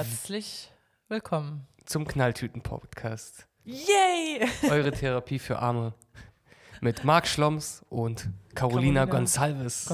Herzlich willkommen zum Knalltüten-Podcast. Yay! Eure Therapie für Arme. Mit Marc Schloms und Carolina Gonçalves.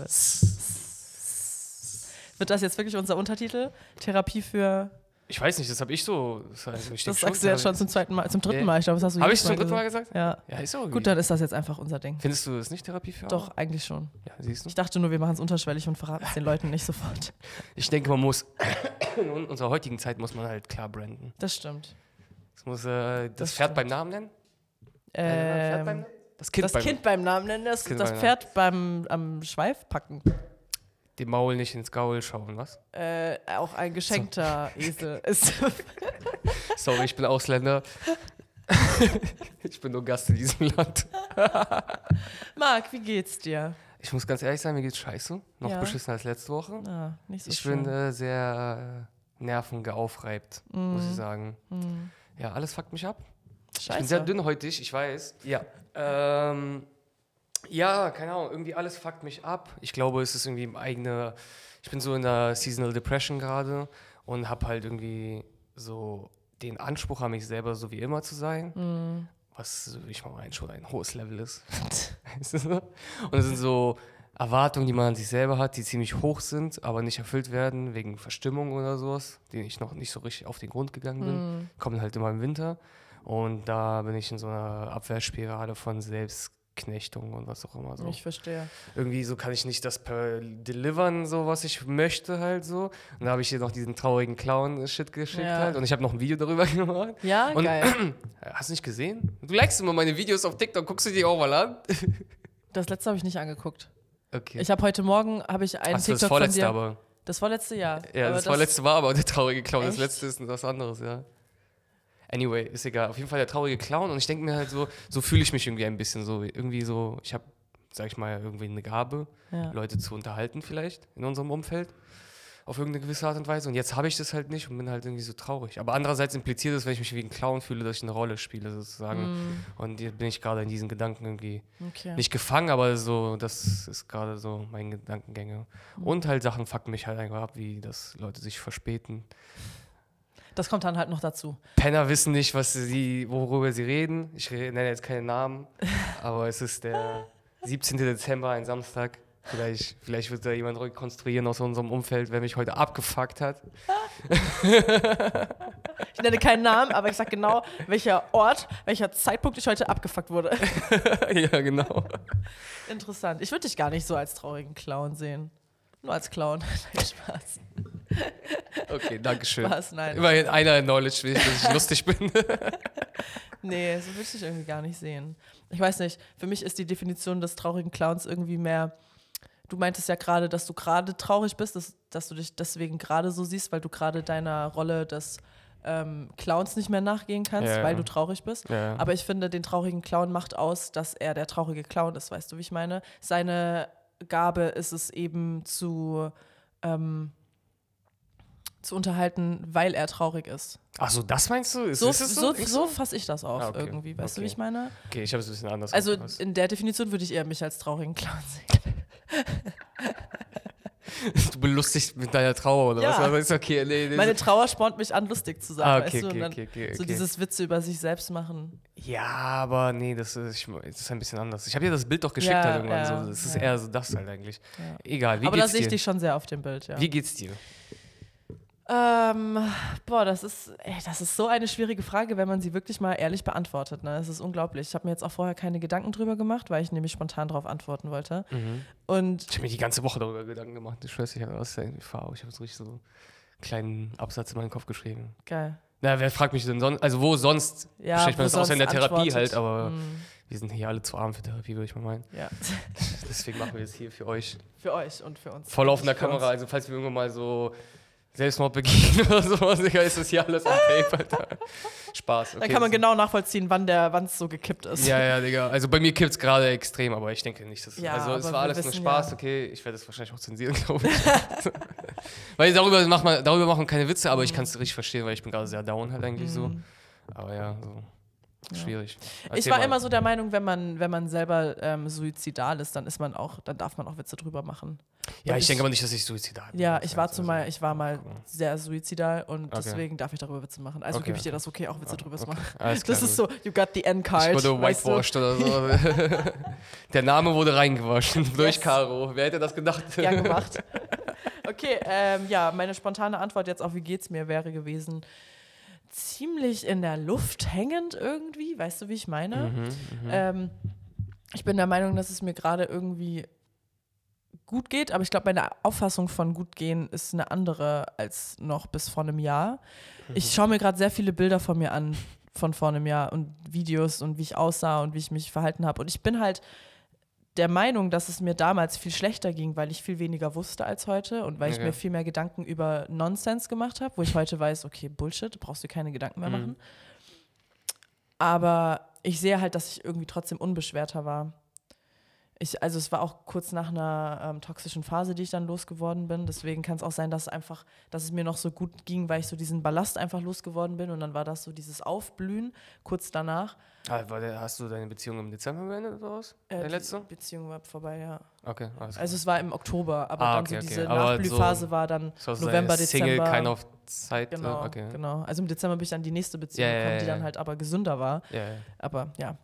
Wird das jetzt wirklich unser Untertitel? Therapie für... Ich weiß nicht, das habe ich so... Das sagst du jetzt schon zum dritten Mal. Ich glaube, das hast du Habe ich zum dritten Mal gesagt? Ja. Ja, ist so. Gut, dann ist das jetzt einfach unser Ding. Findest du das nicht Therapie für Arme? Doch, eigentlich schon. Ja, siehst du? Ich dachte nur, wir machen es unterschwellig und verraten es den Leuten nicht sofort. Ich denke, man muss... In unserer heutigen Zeit muss man halt klar branden. Das stimmt. Das muss das Pferd beim Namen nennen? Das Kind beim Namen nennen, das Pferd am Schweif packen. Dem Maul nicht ins Gaul schauen, was? Auch ein geschenkter Esel ist. Sorry, ich bin Ausländer. Ich bin nur Gast in diesem Land. Marc, wie geht's dir? Ich muss ganz ehrlich sein, mir geht's scheiße. Noch beschissener als letzte Woche. Ah, nicht so ich schön. bin sehr nervengeaufreibt, muss ich sagen. Ja, alles fuckt mich ab. Scheiße. Ich bin sehr dünnhäutig, ich weiß. Ja. Ja, keine Ahnung, irgendwie alles fuckt mich ab. Ich glaube, es ist irgendwie ich bin so in der Seasonal Depression gerade und habe halt irgendwie so den Anspruch an mich selber, so wie immer zu sein. Was ich meine schon ein hohes Level ist. Und es sind so Erwartungen, die man an sich selber hat, die ziemlich hoch sind, aber nicht erfüllt werden, wegen Verstimmung oder sowas, denen ich noch nicht so richtig auf den Grund gegangen bin. Kommen halt immer im Winter. Und da bin ich in so einer Abwärtsspirale von Selbstknechtung und was auch immer so. Ich verstehe. Irgendwie so kann ich nicht das delivern, so was ich möchte halt so. Und da habe ich dir noch diesen traurigen Clown-Shit geschickt halt. Und ich habe noch ein Video darüber gemacht. Ja, und, geil. Hast du nicht gesehen? Du likest immer meine Videos auf TikTok, guckst du die auch mal an? Das letzte habe ich nicht angeguckt. Okay. Ich habe heute Morgen einen TikTok das vorletzte von dir. Aber. Das vorletzte Jahr. Ja, das vorletzte war aber der traurige Clown. Echt? Das letzte ist was anderes, ja. Anyway, ist egal. Auf jeden Fall der traurige Clown. Und ich denke mir halt so fühle ich mich irgendwie ein bisschen so. Irgendwie so, ich habe, sag ich mal, irgendwie eine Gabe, Leute zu unterhalten vielleicht in unserem Umfeld. Auf irgendeine gewisse Art und Weise. Und jetzt habe ich das halt nicht und bin halt irgendwie so traurig. Aber andererseits impliziert es, wenn ich mich wie ein Clown fühle, dass ich eine Rolle spiele sozusagen. Und jetzt bin ich gerade in diesen Gedanken irgendwie nicht gefangen, aber so, das ist gerade so meine Gedankengänge. Und halt Sachen fucken mich halt einfach ab, wie dass Leute sich verspäten. Das kommt dann halt noch dazu. Penner wissen nicht, worüber sie reden. Ich nenne jetzt keine Namen, aber es ist der 17. Dezember, ein Samstag. Vielleicht wird da jemand rekonstruieren aus unserem Umfeld, wer mich heute abgefuckt hat. Ich nenne keinen Namen, aber ich sage genau, welcher Zeitpunkt ich heute abgefuckt wurde. Ja, genau. Interessant. Ich würde dich gar nicht so als traurigen Clown sehen. Nur als Clown. Nein, Spaß. Okay, danke schön. Spaß, nein. Immerhin einer Knowledge, dass ich lustig bin. Nee, so würde ich dich irgendwie gar nicht sehen. Ich weiß nicht, für mich ist die Definition des traurigen Clowns irgendwie mehr, du meintest ja gerade, dass du gerade traurig bist, dass du dich deswegen gerade so siehst, weil du gerade deiner Rolle des Clowns nicht mehr nachgehen kannst, weil du traurig bist. Ja. Aber ich finde, den traurigen Clown macht aus, dass er der traurige Clown ist, weißt du, wie ich meine? Seine Gabe ist es eben zu unterhalten, weil er traurig ist. Ach so, das meinst du? So fasse ich das auf irgendwie, weißt du, wie ich meine? Okay, ich habe es ein bisschen anders. Also in der Definition würde ich eher mich als traurigen Clown sehen. Du belustigst mit deiner Trauer oder was? Aber ist okay. Nee, meine Trauer spornt mich an, lustig zu sein, okay, weißt du? Und dann so dieses Witze über sich selbst machen. Ja, aber nee, das ist ein bisschen anders. Ich habe dir das Bild doch geschickt halt irgendwann. So. Das ist eher so das halt eigentlich. Ja. Egal, wie aber geht's dir? da sehe ich dich schon sehr auf dem Bild, ja. Wie geht's dir? Das ist so eine schwierige Frage, wenn man sie wirklich mal ehrlich beantwortet. Ne? Es ist unglaublich. Ich habe mir jetzt auch vorher keine Gedanken drüber gemacht, weil ich nämlich spontan darauf antworten wollte. Und ich habe mir die ganze Woche darüber Gedanken gemacht. Ich weiß nicht, was ist denn Ich habe so richtig so einen kleinen Absatz in meinen Kopf geschrieben. Geil. Na, wer fragt mich denn sonst? Also wo sonst? Ja, stellt man das außer in der Therapie antwortet. halt, aber wir sind hier alle zu arm für Therapie, würde ich mal meinen. Ja. Deswegen machen wir das hier für euch. Für euch und für uns. Vor laufender Kamera, also falls wir irgendwann mal so Selbstmord begehen oder sowas, ist das hier alles am Tape, Alter. Spaß, okay. Dann kann man genau nachvollziehen, wann es so gekippt ist. Ja, Digga. Also bei mir kippt es gerade extrem, aber ich denke nicht, dass ja, also es war alles nur Spaß, okay. Ich werde das wahrscheinlich auch zensieren, glaube ich. Weil darüber machen wir keine Witze, aber ich kann es richtig verstehen, weil ich bin gerade sehr down halt eigentlich so. Aber ja, so. schwierig. Ich war immer so der Meinung, wenn man selber suizidal ist, dann darf man auch Witze drüber machen. Ja, ich denke aber nicht, dass ich suizidal bin. Ja, ich war mal sehr suizidal und deswegen darf ich darüber Witze machen. Also gebe ich dir das okay, auch Witze drüber zu machen. Alles klar, das ist so, you got the Endcard. Ich wurde whitewashed oder so. Der Name wurde reingewaschen durch Caro. Wer hätte das gedacht? Gern gemacht. Okay, meine spontane Antwort jetzt auf wie geht's mir wäre gewesen, ziemlich in der Luft hängend irgendwie, weißt du, wie ich meine? Ich bin der Meinung, dass es mir gerade irgendwie gut geht, aber ich glaube, meine Auffassung von gut gehen ist eine andere als noch bis vor einem Jahr. Ich schaue mir gerade sehr viele Bilder von mir an, von vor einem Jahr und Videos und wie ich aussah und wie ich mich verhalten habe und ich bin halt der Meinung, dass es mir damals viel schlechter ging, weil ich viel weniger wusste als heute und weil ich mir viel mehr Gedanken über Nonsens gemacht habe, wo ich heute weiß, okay, Bullshit, brauchst du keine Gedanken mehr machen. Aber ich sehe halt, dass ich irgendwie trotzdem unbeschwerter war. Also es war auch kurz nach einer toxischen Phase, die ich dann losgeworden bin. Deswegen kann es auch sein, dass es mir noch so gut ging, weil ich so diesen Ballast einfach losgeworden bin. Und dann war das so dieses Aufblühen kurz danach. Hast du deine Beziehung im Dezember beendet oder was? Die letzte? Beziehung war vorbei, ja. Okay, alles klar. Also es war im Oktober, aber dann so diese Aber Nachblühphase war dann November, Dezember. Single, keine auf Zeit. Genau. Also im Dezember bin ich dann die nächste Beziehung gekommen, die dann halt aber gesünder war. Aber ja.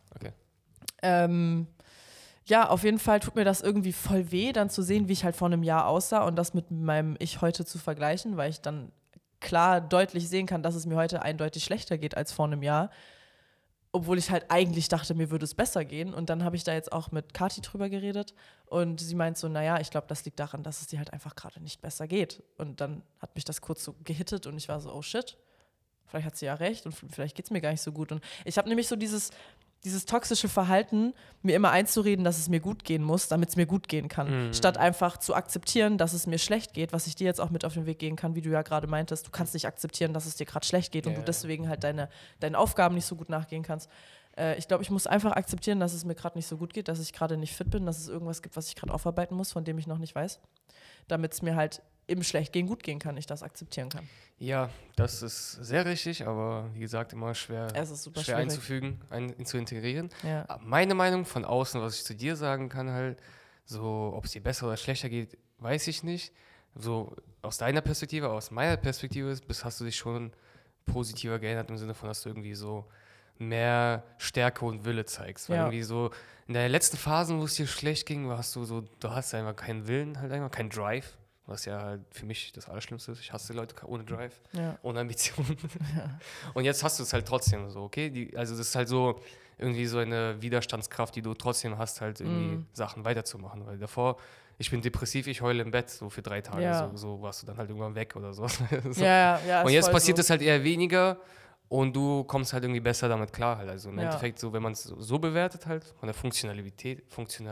Okay. Ja, auf jeden Fall tut mir das irgendwie voll weh, dann zu sehen, wie ich halt vor einem Jahr aussah und das mit meinem Ich heute zu vergleichen, weil ich dann klar deutlich sehen kann, dass es mir heute eindeutig schlechter geht als vor einem Jahr. Obwohl ich halt eigentlich dachte, mir würde es besser gehen. Und dann habe ich da jetzt auch mit Kathi drüber geredet und sie meint so, naja, ich glaube, das liegt daran, dass es dir halt einfach gerade nicht besser geht. Und dann hat mich das kurz so gehittet und ich war so, oh shit, vielleicht hat sie ja recht und vielleicht geht es mir gar nicht so gut. Und ich habe nämlich so dieses toxische Verhalten, mir immer einzureden, dass es mir gut gehen muss, damit es mir gut gehen kann. Statt einfach zu akzeptieren, dass es mir schlecht geht, was ich dir jetzt auch mit auf den Weg gehen kann, wie du ja gerade meintest. Du kannst nicht akzeptieren, dass es dir gerade schlecht geht und du deswegen halt deinen Aufgaben nicht so gut nachgehen kannst. Ich glaube, ich muss einfach akzeptieren, dass es mir gerade nicht so gut geht, dass ich gerade nicht fit bin, dass es irgendwas gibt, was ich gerade aufarbeiten muss, von dem ich noch nicht weiß, damit es mir halt im Schlechtgehen gut gehen kann, ich das akzeptieren kann. Ja, das ist sehr richtig, aber wie gesagt, immer schwer einzufügen, zu integrieren. Ja. Meine Meinung von außen, was ich zu dir sagen kann, halt, so, ob es dir besser oder schlechter geht, weiß ich nicht. So aus deiner Perspektive, aus meiner Perspektive hast du dich schon positiver geändert im Sinne von, dass du irgendwie so mehr Stärke und Wille zeigst. Weil irgendwie so in der letzten Phase, wo es dir schlecht ging, du hast einfach keinen Willen, halt einfach keinen Drive. Was ja halt für mich das Allerschlimmste ist. Ich hasse Leute ohne Drive, ohne Ambitionen. Und jetzt hast du es halt trotzdem so, okay? Also das ist halt so irgendwie so eine Widerstandskraft, die du trotzdem hast, halt irgendwie Sachen weiterzumachen. Weil davor, ich bin depressiv, ich heule im Bett so für 3 Tage, so warst du dann halt irgendwann weg oder so. Und jetzt passiert das halt eher weniger und du kommst halt irgendwie besser damit klar halt. Also im Endeffekt, so wenn man es so bewertet halt, von der Funktionalität,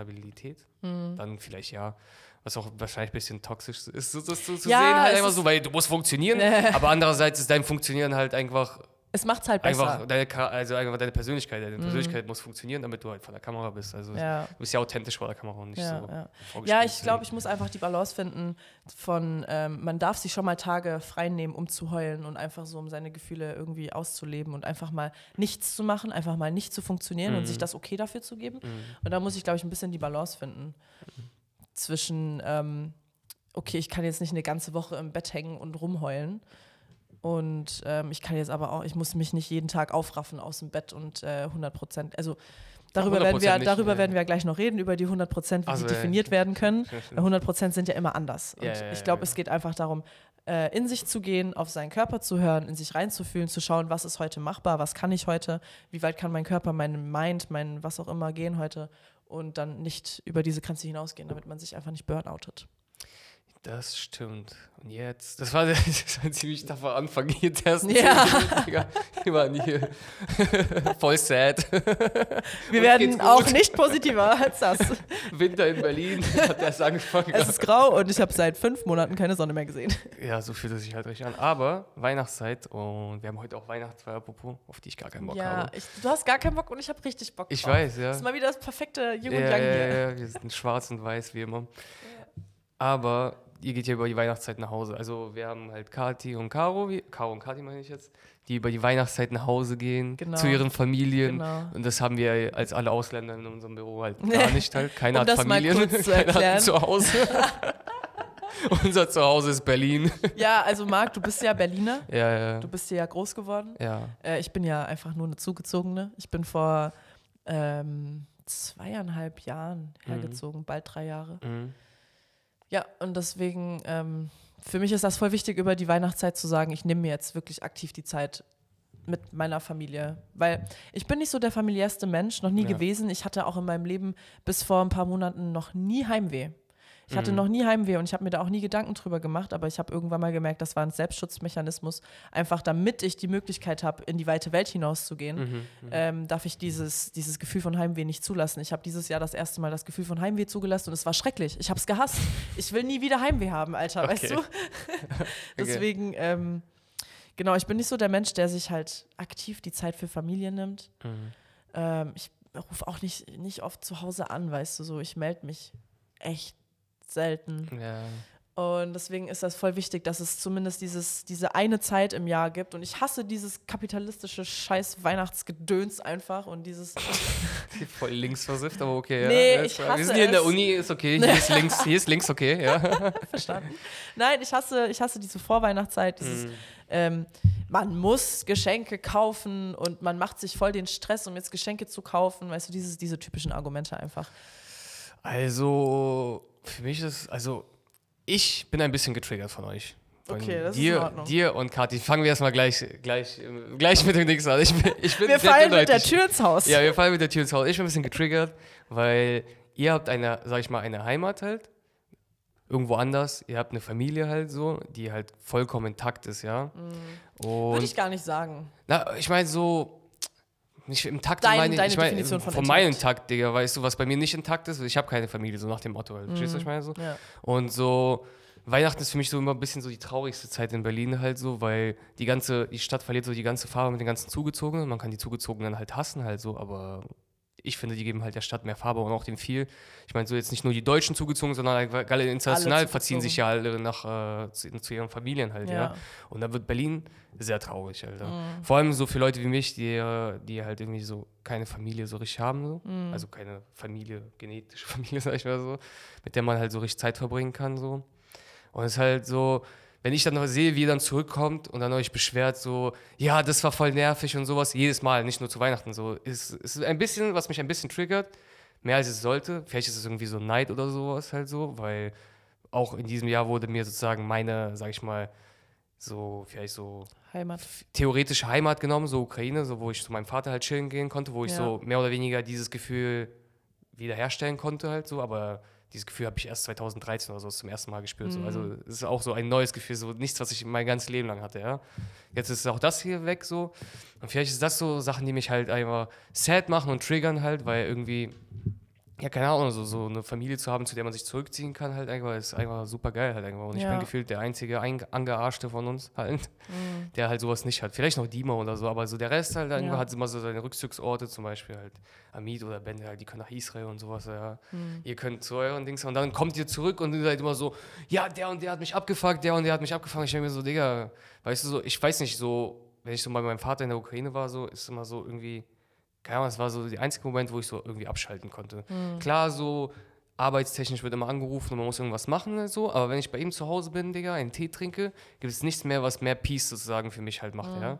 dann vielleicht ja. Was auch wahrscheinlich ein bisschen toxisch ist, das zu sehen, halt einfach so, weil du musst funktionieren, aber andererseits ist dein Funktionieren halt einfach. Es macht's halt besser. Einfach deine Persönlichkeit. Deine Persönlichkeit muss funktionieren, damit du halt vor der Kamera bist. Also du bist ja authentisch vor der Kamera und nicht so vorgespielt. Ja, ich glaube, ich muss einfach die Balance finden von, man darf sich schon mal Tage frei nehmen, um zu heulen und einfach so, um seine Gefühle irgendwie auszuleben und einfach mal nichts zu machen, einfach mal nicht zu funktionieren und sich das okay dafür zu geben. Und da muss ich, glaube ich, ein bisschen die Balance finden. Zwischen, okay, ich kann jetzt nicht eine ganze Woche im Bett hängen und rumheulen und ich kann jetzt aber auch, ich muss mich nicht jeden Tag aufraffen aus dem Bett und 100%, also darüber werden wir gleich noch reden, über die 100%, wie sie definiert werden können. 100% sind ja immer anders und ich glaube, es geht einfach darum, in sich zu gehen, auf seinen Körper zu hören, in sich reinzufühlen, zu schauen, was ist heute machbar, was kann ich heute, wie weit kann mein Körper, mein Mind, mein was auch immer gehen heute und dann nicht über diese Grenze hinausgehen, damit man sich einfach nicht burnoutet. Das stimmt. Und jetzt, das war ein ziemlich taffer Anfang hier. Wir waren hier voll sad. Wir werden auch nicht positiver als das. Winter in Berlin hat erst angefangen. Es ist grau und ich habe seit 5 Monaten keine Sonne mehr gesehen. Ja, so fühlt es sich halt richtig an. Aber Weihnachtszeit und wir haben heute auch Weihnachtsfeier, apropos, auf die ich gar keinen Bock habe. Du hast gar keinen Bock und ich habe richtig Bock drauf. Ich weiß, ja. Das ist mal wieder das perfekte Yin und Yang hier. Ja, wir sind schwarz und weiß wie immer. Aber ihr geht ja über die Weihnachtszeit nach Hause. Also wir haben halt Kathi und Caro und Kathi meine ich jetzt, die über die Weihnachtszeit nach Hause gehen, zu ihren Familien. Genau. Und das haben wir als alle Ausländer in unserem Büro halt gar nicht halt. Keiner hat das Familien, mal kurz zu keiner erklären. hat Zuhause. Unser Zuhause ist Berlin. Ja, also Marc, du bist ja Berliner. Ja. Du bist hier ja groß geworden. Ja. Ich bin ja einfach nur eine Zugezogene. Ich bin vor 2,5 Jahren hergezogen, bald 3 Jahre. Mhm. Ja, und deswegen, für mich ist das voll wichtig, über die Weihnachtszeit zu sagen, ich nehme mir jetzt wirklich aktiv die Zeit mit meiner Familie. Weil ich bin nicht so der familiärste Mensch, noch nie gewesen. Ich hatte auch in meinem Leben bis vor ein paar Monaten noch nie Heimweh. Ich hatte noch nie Heimweh und ich habe mir da auch nie Gedanken drüber gemacht, aber ich habe irgendwann mal gemerkt, das war ein Selbstschutzmechanismus, einfach damit ich die Möglichkeit habe, in die weite Welt hinauszugehen, darf ich dieses Gefühl von Heimweh nicht zulassen. Ich habe dieses Jahr das erste Mal das Gefühl von Heimweh zugelassen und es war schrecklich. Ich habe es gehasst. Ich will nie wieder Heimweh haben, Alter, weißt du? Deswegen, genau, ich bin nicht so der Mensch, der sich halt aktiv die Zeit für Familie nimmt. Ich rufe auch nicht oft zu Hause an, weißt du, so, ich melde mich echt selten. Ja. Und deswegen ist das voll wichtig, dass es zumindest diese eine Zeit im Jahr gibt. Und ich hasse dieses kapitalistische Scheiß-Weihnachtsgedöns einfach und dieses... Voll links versifft, aber okay. Nee, ja. ich hasse Wir sind hier in der es. Uni, ist okay. Hier ist links okay, ja. Verstanden. Nein, ich hasse diese Vorweihnachtszeit, dieses... man muss Geschenke kaufen und man macht sich voll den Stress, um jetzt Geschenke zu kaufen. Weißt du, diese typischen Argumente einfach. Also, für mich ist, ich bin ein bisschen getriggert von euch. Okay, das ist in Ordnung. Dir und Kathi, fangen wir erstmal gleich mit dem Dings an. Ich bin wir fallen mit der Tür ins Haus. Ja, wir fallen mit der Tür ins Haus. Ich bin ein bisschen getriggert, weil ihr habt eine Heimat halt, irgendwo anders. Ihr habt eine Familie halt so, die halt vollkommen intakt ist, ja. Würde ich gar nicht sagen. Na, ich meine so, nicht im Takt, Deine Definition von meinem Takt, Digga, weißt du, was bei mir nicht intakt ist? Ich habe keine Familie, so nach dem Motto. Verstehst du, was ich meine? So? Ja. Und so, Weihnachten ist für mich so immer ein bisschen so die traurigste Zeit in Berlin halt so, weil die Stadt verliert so die ganze Farbe mit den ganzen Zugezogenen. Man kann die Zugezogenen halt hassen halt so, aber ich finde, die geben halt der Stadt mehr Farbe und auch dem viel. Ich meine, so jetzt nicht nur die Deutschen zugezogen, sondern alle international verziehen sich ja alle zu ihren Familien halt, ja. Und dann wird Berlin sehr traurig, Alter. Vor allem so für Leute wie mich, die halt irgendwie so keine Familie so richtig haben, so. Also keine Familie, genetische Familie, sag ich mal so, mit der man halt so richtig Zeit verbringen kann, so. Und es ist halt so, wenn ich dann noch sehe, wie ihr dann zurückkommt und dann euch beschwert, so, ja, das war voll nervig und sowas, jedes Mal, nicht nur zu Weihnachten, so, ist ein bisschen, was mich ein bisschen triggert, mehr als es sollte. Vielleicht ist es irgendwie so Neid oder sowas halt so, weil auch in diesem Jahr wurde mir sozusagen meine, sag ich mal, so, vielleicht so theoretische Heimat genommen, so Ukraine, so, wo ich zu meinem Vater halt chillen gehen konnte, wo ich so mehr oder weniger dieses Gefühl wiederherstellen konnte halt so, aber dieses Gefühl habe ich erst 2013 oder so zum ersten Mal gespürt. So. Also es ist auch so ein neues Gefühl, so nichts, was ich mein ganzes Leben lang hatte. Ja? Jetzt ist auch das hier weg so. Und vielleicht ist das so Sachen, die mich halt einfach sad machen und triggern halt, weil irgendwie, ja, keine Ahnung, so eine Familie zu haben, zu der man sich zurückziehen kann, halt einfach, ist einfach super geil halt einfach. Und ich bin gefühlt der einzige Angearschte von uns halt, der halt sowas nicht hat. Vielleicht noch Dima oder so, aber so der Rest halt einfach hat immer so seine Rückzugsorte, zum Beispiel halt Amit oder Ben, halt, die können nach Israel und sowas, ja. Ihr könnt zu euren Dings und dann kommt ihr zurück und ihr seid immer so, ja, der und der hat mich abgefuckt, der und der hat mich abgefangen. Ich denke mir so, Digga, weißt du so, ich weiß nicht, so, wenn ich so bei meinem Vater in der Ukraine war, so, ist immer so irgendwie, keine Ahnung, das war so der einzige Moment, wo ich so irgendwie abschalten konnte. Klar, so arbeitstechnisch wird immer angerufen und man muss irgendwas machen, so, aber wenn ich bei ihm zu Hause bin, Digga, einen Tee trinke, gibt es nichts mehr, was mehr Peace sozusagen für mich halt macht, ja.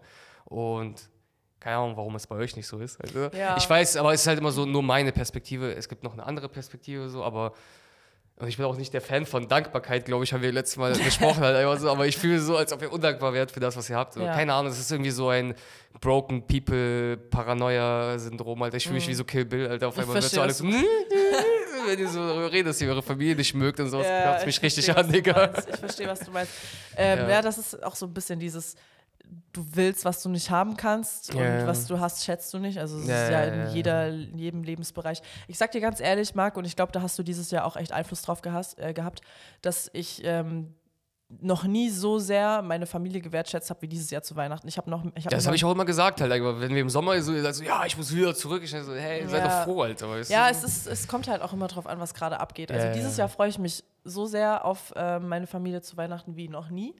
Und keine Ahnung, warum es bei euch nicht so ist. Also, ich weiß, aber es ist halt immer so nur meine Perspektive. Es gibt noch eine andere Perspektive, so, aber und ich bin auch nicht der Fan von Dankbarkeit, glaube ich, haben wir letztes Mal gesprochen, halt einfach so, aber ich fühle so, als ob ihr undankbar wärt für das, was ihr habt. So, keine Ahnung, es ist irgendwie so ein Broken People Paranoia-Syndrom, Alter. Ich fühle mich wie so Kill Bill, Alter. Auf einmal wird so alles so, wenn ihr so darüber redet, dass ihr eure Familie nicht mögt und sowas, kratzt mich richtig an, Digga. Ich verstehe, was du meinst. Ja, das ist auch so ein bisschen dieses, du willst, was du nicht haben kannst und was du hast, schätzt du nicht. Also es ist ja in jedem Lebensbereich. Ich sag dir ganz ehrlich, Marc, und ich glaube, da hast du dieses Jahr auch echt Einfluss drauf gehabt, dass ich noch nie so sehr meine Familie gewertschätzt habe wie dieses Jahr zu Weihnachten. Das habe ich auch immer gesagt, halt, wenn wir im Sommer so, ja, ich muss wieder zurück. Ich so, hey, seid doch froh, Alter. Weißt du? Es kommt halt auch immer drauf an, was gerade abgeht. Also dieses Jahr freue ich mich so sehr auf meine Familie zu Weihnachten wie noch nie.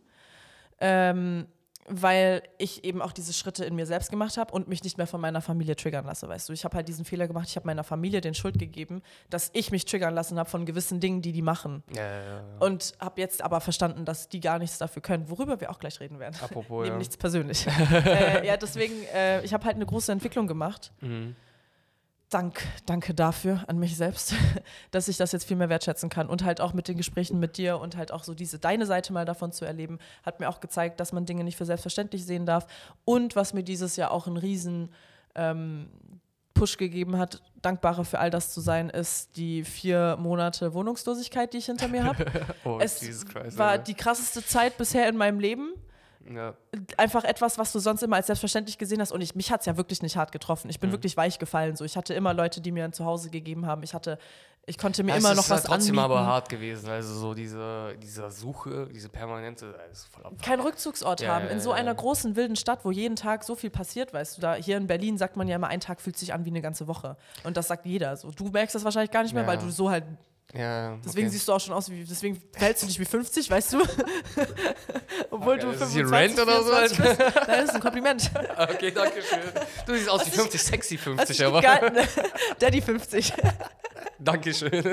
Weil ich eben auch diese Schritte in mir selbst gemacht habe und mich nicht mehr von meiner Familie triggern lasse, weißt du. Ich habe halt diesen Fehler gemacht, ich habe meiner Familie den Schuld gegeben, dass ich mich triggern lassen habe von gewissen Dingen, die machen. Ja. Und habe jetzt aber verstanden, dass die gar nichts dafür können, worüber wir auch gleich reden werden. Apropos, Neben nichts persönlich. Deswegen, ich habe halt eine große Entwicklung gemacht. Mhm. Danke dafür an mich selbst, dass ich das jetzt viel mehr wertschätzen kann und halt auch mit den Gesprächen mit dir und halt auch so deine Seite mal davon zu erleben, hat mir auch gezeigt, dass man Dinge nicht für selbstverständlich sehen darf und was mir dieses Jahr auch einen riesen Push gegeben hat, dankbarer für all das zu sein, ist die 4 Monate Wohnungslosigkeit, die ich hinter mir habe. Es war die krasseste Zeit bisher in meinem Leben. Ja. Einfach etwas, was du sonst immer als selbstverständlich gesehen hast. Und mich hat es ja wirklich nicht hart getroffen. Ich bin wirklich weich gefallen. So. Ich hatte immer Leute, die mir ein Zuhause gegeben haben. Ich konnte mir immer noch was anbieten. Es ist trotzdem aber hart gewesen. Also so diese Suche, diese permanente, ist voll abhart. Kein Rückzugsort haben. In so einer großen, wilden Stadt, wo jeden Tag so viel passiert, weißt du. Hier in Berlin sagt man ja immer, ein Tag fühlt sich an wie eine ganze Woche. Und das sagt jeder. So. Du merkst das wahrscheinlich gar nicht mehr, weil du so halt... Ja, deswegen siehst du auch schon aus deswegen verhältst du dich wie 50, weißt du? Obwohl du 25 oder so bist. Nein, das ist ein Kompliment. Okay, danke schön. Du siehst aus wie 50, sexy 50, aber. Daddy 50. Dankeschön.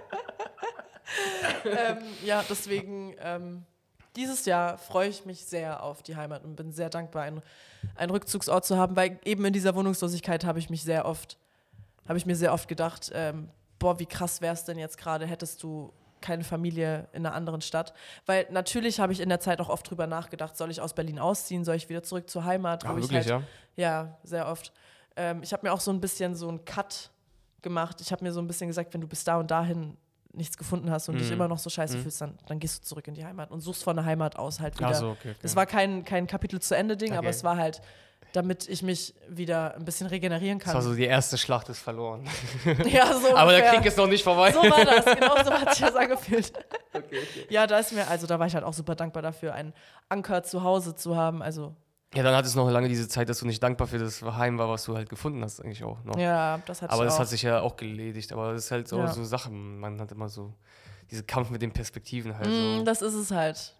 Deswegen, dieses Jahr freue ich mich sehr auf die Heimat und bin sehr dankbar, einen Rückzugsort zu haben, weil eben in dieser Wohnungslosigkeit habe ich mir sehr oft gedacht, wie krass wäre es denn jetzt gerade, hättest du keine Familie in einer anderen Stadt? Weil natürlich habe ich in der Zeit auch oft drüber nachgedacht, soll ich aus Berlin ausziehen, soll ich wieder zurück zur Heimat? Wirklich, ja? Ja, sehr oft. Ich habe mir auch so ein bisschen so einen Cut gemacht. Ich habe mir so ein bisschen gesagt, wenn du bis da und dahin nichts gefunden hast und dich immer noch so scheiße fühlst, dann gehst du zurück in die Heimat und suchst von der Heimat aus halt wieder. Okay. Das war kein Kapitel zu Ende Ding, aber es war halt, damit ich mich wieder ein bisschen regenerieren kann. Das war so, die erste Schlacht ist verloren. Ja, so aber der Krieg ist noch nicht vorbei. So war das, genau so hat sich das angefühlt. Okay. Ja, da war ich halt auch super dankbar dafür, einen Anker zu Hause zu haben, also... Ja, dann hattest du noch lange diese Zeit, dass du nicht dankbar für das Heim war, was du halt gefunden hast, eigentlich auch noch. Ja, das hat sich Aber das hat sich ja auch geledigt, aber das ist halt so Sachen, man hat immer so diesen Kampf mit den Perspektiven halt so. Das ist es halt.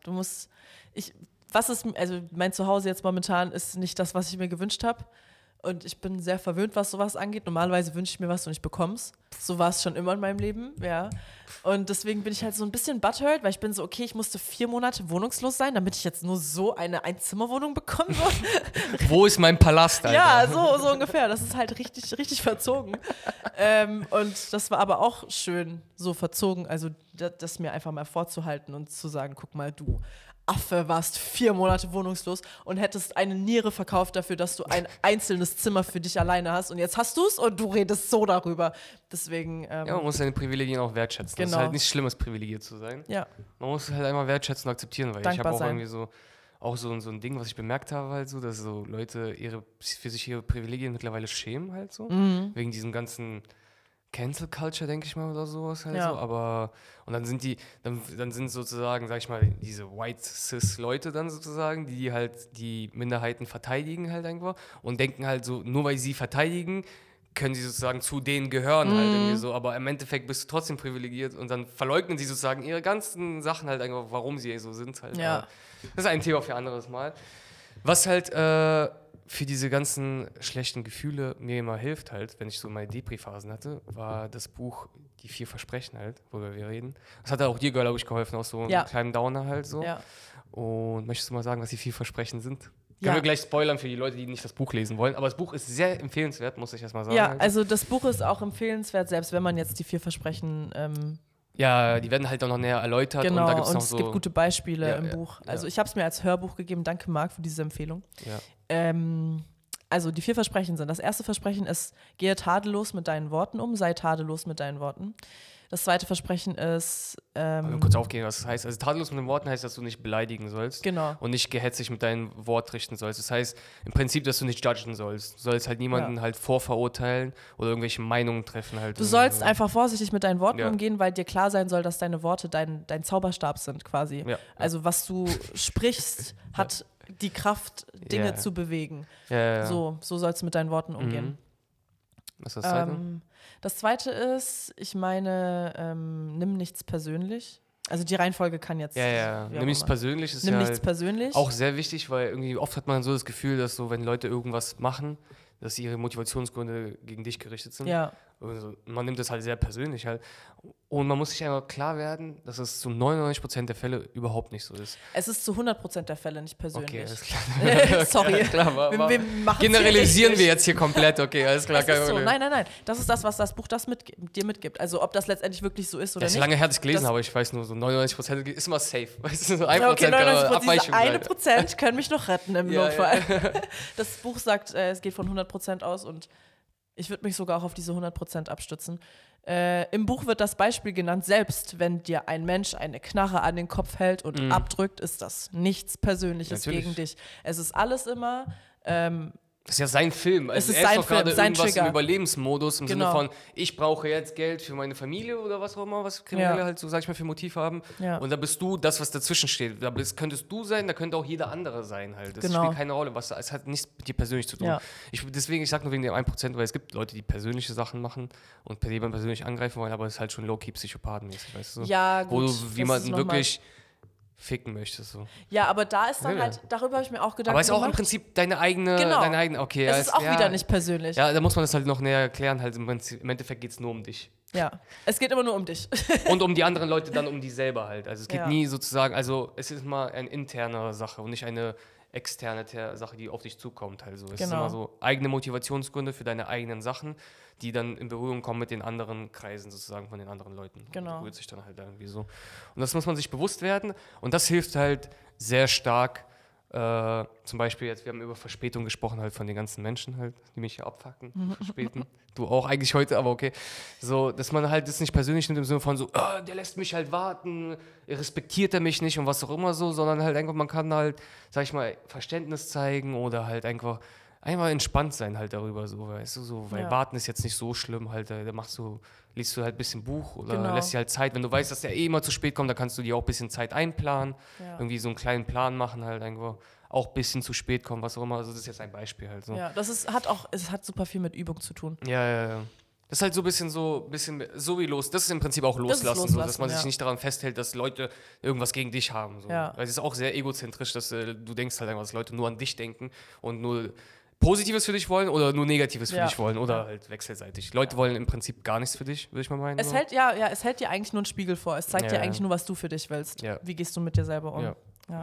Mein Zuhause jetzt momentan ist nicht das, was ich mir gewünscht habe. Und ich bin sehr verwöhnt, was sowas angeht. Normalerweise wünsche ich mir was und ich bekomme es. So war es schon immer in meinem Leben, ja. Und deswegen bin ich halt so ein bisschen butthurt, weil ich bin so, okay, ich musste 4 Monate wohnungslos sein, damit ich jetzt nur so eine Einzimmerwohnung bekomme. So. Wo ist mein Palast, Alter? Ja, so ungefähr. Das ist halt richtig, richtig verzogen. Und das war aber auch schön so verzogen, also das mir einfach mal vorzuhalten und zu sagen, guck mal, du Affe, warst 4 Monate wohnungslos und hättest eine Niere verkauft dafür, dass du ein einzelnes Zimmer für dich alleine hast und jetzt hast du es und du redest so darüber. Deswegen... man muss seine Privilegien auch wertschätzen. Genau. Das ist halt nicht schlimmes, privilegiert zu sein. Ja. Man muss es halt einmal wertschätzen und akzeptieren, weil dankbar ich habe auch irgendwie so ein Ding, was ich bemerkt habe halt so, dass so Leute für sich ihre Privilegien mittlerweile schämen halt so, wegen diesem ganzen Cancel Culture, denke ich mal, oder sowas halt so, aber und dann sind dann sind sozusagen, sag ich mal, diese White Cis Leute dann sozusagen, die halt die Minderheiten verteidigen halt einfach und denken halt so, nur weil sie verteidigen, können sie sozusagen zu denen gehören halt irgendwie so, aber im Endeffekt bist du trotzdem privilegiert und dann verleugnen sie sozusagen ihre ganzen Sachen halt einfach, warum sie so sind halt. Ja. Das ist ein Thema für ein anderes Mal. Was halt für diese ganzen schlechten Gefühle mir immer hilft halt, wenn ich so meine Depri-Phasen hatte, war das Buch Die 4 Versprechen halt, worüber wir reden. Das hat auch dir, glaube ich, geholfen, auch so einen kleinen Downer halt so. Ja. Und möchtest du mal sagen, was die 4 Versprechen sind? Können wir gleich spoilern für die Leute, die nicht das Buch lesen wollen. Aber das Buch ist sehr empfehlenswert, muss ich erst mal sagen. Ja, halt. also das Buch ist auch empfehlenswert, selbst wenn man jetzt die 4 Versprechen... ja, die werden halt auch noch näher erläutert. Genau, und da gibt's noch es gibt gute Beispiele im Buch. Ja. Also ich habe es mir als Hörbuch gegeben. Danke, Marc, für diese Empfehlung. Ja. Also die 4 Versprechen sind, das erste Versprechen ist, gehe tadellos mit deinen Worten um, sei tadellos mit deinen Worten. Das zweite Versprechen ist kurz aufgehen, was das heißt. Also tadellos mit den Worten heißt, dass du nicht beleidigen sollst. Genau. Und nicht gehetzig mit deinem Wort richten sollst. Das heißt im Prinzip, dass du nicht judgen sollst. Du sollst halt niemanden halt vorverurteilen oder irgendwelche Meinungen treffen halt. Du sollst einfach vorsichtig mit deinen Worten Ja. umgehen, weil dir klar sein soll, dass deine Worte dein Zauberstab sind quasi. Ja. Also was du sprichst, hat die Kraft, Dinge zu bewegen. Ja. So sollst du mit deinen Worten umgehen. Was ist das Zweite? Das Zweite ist, ich meine, nimm nichts persönlich. Also die Reihenfolge kann jetzt. Ja. Nimm nichts persönlich ist Nimm ja nichts halt persönlich. auch sehr wichtig, weil irgendwie oft hat man so das Gefühl, dass so, wenn Leute irgendwas machen, dass ihre Motivationsgründe gegen dich gerichtet sind. Ja. Also man nimmt das halt sehr persönlich halt. Und man muss sich einfach klar werden, dass es zu 99% der Fälle überhaupt nicht so ist. Es ist zu 100% der Fälle nicht persönlich. Okay, alles klar. Sorry. Ja, klar, wir machen's generalisieren hier wir jetzt hier komplett. Okay, alles klar. Das ist so. Nein. Das ist das, was das Buch dir mitgibt. Also ob das letztendlich wirklich so ist oder das ist nicht. lange her, dass ich gelesen habe, ich weiß nur, so 99% ist immer safe. Weißt du, so 1% Okay, 99%, Abweichung. diese 1% können mich noch retten im Notfall. Ja. Das Buch sagt, es geht von 100% aus und ich würde mich sogar auch auf diese 100% abstützen. Im Buch wird das Beispiel genannt, selbst wenn dir ein Mensch eine Knarre an den Kopf hält und abdrückt, ist das nichts Persönliches gegen dich. Es ist alles immer das ist ja sein Film. Also es ist er sein ist doch gerade Film, sein irgendwas Trigger. im Überlebensmodus im Genau. Sinne von, ich brauche jetzt Geld für meine Familie oder was auch immer, was Kriminelle halt so, sag ich mal, für Motiv haben. Ja. Und da bist du das, was dazwischen steht. Könntest du sein, da könnte auch jeder andere sein halt. Das spielt keine Rolle. Es hat nichts mit dir persönlich zu tun. Ja. Ich sag nur wegen dem 1%, weil es gibt Leute, die persönliche Sachen machen und jemanden persönlich angreifen wollen, aber es ist halt schon low-key psychopathenmäßig, weißt du? Ja, gut. Wo du das jemanden ist wirklich ficken möchtest. So. Ja, aber da ist dann halt, darüber habe ich mir auch Gedanken Aber es ist auch im gemacht. Prinzip deine eigene, okay. Es ist auch wieder nicht persönlich. Ja, da muss man das halt noch näher erklären. Halt im Endeffekt geht es nur um dich. Ja, es geht immer nur um dich. Und um die anderen Leute dann um die selber halt. Also es geht Ja. nie sozusagen, also es ist mal eine interne Sache und nicht eine externe Sache, die auf dich zukommt. Also es ist immer so eigene Motivationsgründe für deine eigenen Sachen, die dann in Berührung kommen mit den anderen Kreisen sozusagen von den anderen Leuten. Genau. Und berührt sich dann halt irgendwie so. Und das muss man sich bewusst werden und das hilft halt sehr stark. Zum Beispiel jetzt, wir haben über Verspätung gesprochen halt von den ganzen Menschen halt, die mich hier abfacken, verspäten. Du auch eigentlich heute, aber okay. So, dass man halt das nicht persönlich nimmt im Sinne von so, der lässt mich halt warten, respektiert er mich nicht und was auch immer so, sondern halt einfach, man kann halt, sag ich mal, Verständnis zeigen oder halt einfach entspannt sein halt darüber, so, weißt du, so, weil Warten ist jetzt nicht so schlimm halt, da liest du halt ein bisschen Buch oder lässt dir halt Zeit, wenn du weißt, dass der immer zu spät kommt, dann kannst du dir auch ein bisschen Zeit einplanen, irgendwie so einen kleinen Plan machen halt, einfach auch ein bisschen zu spät kommen, was auch immer, also das ist jetzt ein Beispiel halt so. Ja, es hat super viel mit Übung zu tun. Ja. Das ist halt so ein bisschen so wie das ist im Prinzip auch loslassen, so, dass man sich nicht daran festhält, dass Leute irgendwas gegen dich haben. So. Ja. Weil es ist auch sehr egozentrisch, dass du denkst halt einfach, dass Leute nur an dich denken und nur Positives für dich wollen oder nur Negatives für dich wollen oder halt wechselseitig. Leute wollen im Prinzip gar nichts für dich, würde ich mal meinen. Es hält dir eigentlich nur einen Spiegel vor. Es zeigt dir eigentlich nur, was du für dich willst. Ja. Wie gehst du mit dir selber um?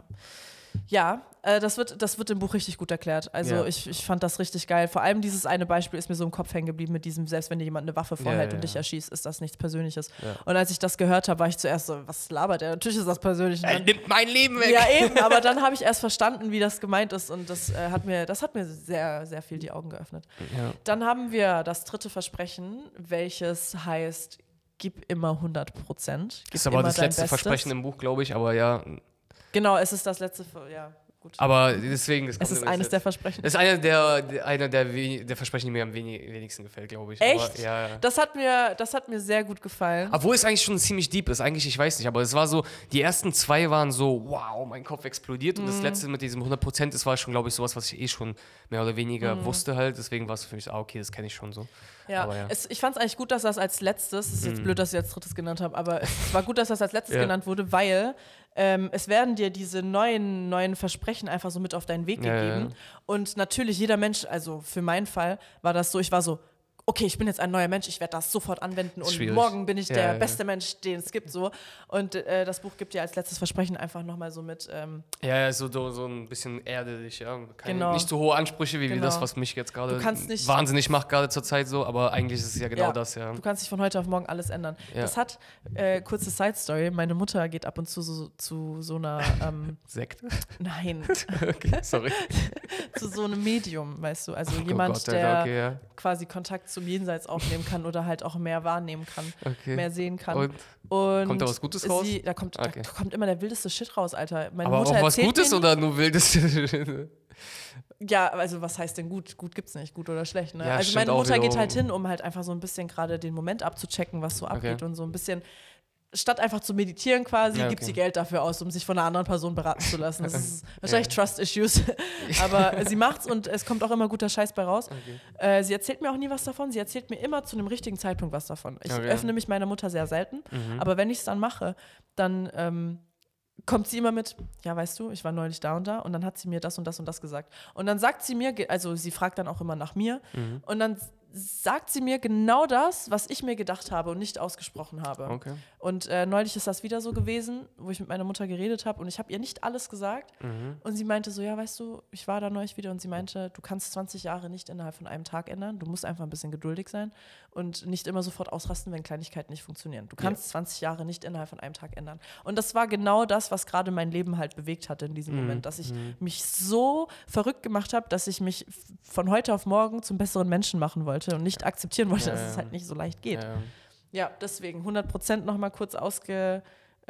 Ja, das wird im Buch richtig gut erklärt. Also ich fand das richtig geil. Vor allem dieses eine Beispiel ist mir so im Kopf hängen geblieben mit diesem, selbst wenn dir jemand eine Waffe vorhält und dich erschießt, ist das nichts Persönliches. Ja. Und als ich das gehört habe, war ich zuerst so, was labert er? Natürlich ist das persönlich. Er nimmt mein Leben weg. Ja, eben, aber dann habe ich erst verstanden, wie das gemeint ist und das hat mir sehr, sehr viel die Augen geöffnet. Ja. Dann haben wir das dritte Versprechen, welches heißt, gib immer 100%. Das ist aber das letzte Versprechen im Buch, glaube ich, aber ja. Genau, es ist das letzte, ja. Gut. Aber deswegen, es ist eines der Versprechen. Das ist einer der Versprechen, die mir am wenigsten gefällt, glaube ich. Echt? Aber, ja. Das hat mir sehr gut gefallen. Obwohl es eigentlich schon ziemlich deep ist. Eigentlich, ich weiß nicht, aber es war so, die ersten zwei waren so, wow, mein Kopf explodiert. Und das letzte mit diesem 100%, das war schon, glaube ich, sowas, was ich schon mehr oder weniger wusste halt. Deswegen war es für mich, okay, das kenne ich schon so. Ja, ich fand es eigentlich gut, dass das als letztes, es ist jetzt blöd, dass ich als drittes genannt habe, aber es war gut, dass das als letztes genannt wurde, weil es werden dir diese neuen Versprechen einfach so mit auf deinen Weg gegeben. Und natürlich jeder Mensch, also für meinen Fall war das so, ich war so, okay, ich bin jetzt ein neuer Mensch, ich werde das sofort anwenden und morgen bin ich der beste Mensch, den es gibt. So. Und das Buch gibt dir als letztes Versprechen einfach nochmal so mit. So ein bisschen erdig, ja. Nicht so hohe Ansprüche wie das, was mich jetzt gerade wahnsinnig macht, gerade zur Zeit so, aber eigentlich ist es ja genau das, ja. Du kannst dich von heute auf morgen alles ändern. Ja. Das hat, kurze Side-Story, meine Mutter geht ab und zu so einer Sekte? Nein. Okay, sorry. zu so einem Medium, weißt du, also jemand, der quasi Kontakt zu zum Jenseits aufnehmen kann oder halt auch mehr wahrnehmen kann, mehr sehen kann. Und kommt da was Gutes raus? Da kommt immer der wildeste Shit raus, Alter. Meine aber Mutter auch was Gutes oder nur wildes? Ja, also was heißt denn gut? Gut gibt's nicht, gut oder schlecht, ne? Ja, also meine Mutter geht halt hin, um halt einfach so ein bisschen gerade den Moment abzuchecken, was so abgeht und so ein bisschen, statt einfach zu meditieren quasi, gibt sie Geld dafür aus, um sich von einer anderen Person beraten zu lassen. Das ist wahrscheinlich Trust-Issues, aber sie macht's und es kommt auch immer guter Scheiß bei raus. Sie erzählt mir auch nie was davon, sie erzählt mir immer zu einem richtigen Zeitpunkt was davon. Ich öffne mich meiner Mutter sehr selten, aber wenn ich es dann mache, dann kommt sie immer mit, ja, weißt du, ich war neulich da und dann hat sie mir das und das und das gesagt. Und dann sagt sie mir, also sie fragt dann auch immer nach mir und dann sagt sie mir genau das, was ich mir gedacht habe und nicht ausgesprochen habe. Okay. Und neulich ist das wieder so gewesen, wo ich mit meiner Mutter geredet habe und ich habe ihr nicht alles gesagt. Und sie meinte so, ja, weißt du, ich war da neulich wieder und sie meinte, du kannst 20 Jahre nicht innerhalb von einem Tag ändern. Du musst einfach ein bisschen geduldig sein und nicht immer sofort ausrasten, wenn Kleinigkeiten nicht funktionieren. Du kannst 20 Jahre nicht innerhalb von einem Tag ändern. Und das war genau das, was gerade mein Leben halt bewegt hatte in diesem Moment, dass ich mich so verrückt gemacht habe, dass ich mich von heute auf morgen zum besseren Menschen machen wollte und nicht akzeptieren wollte, dass es halt nicht so leicht geht. Ja, deswegen 100% nochmal kurz ausgeführt.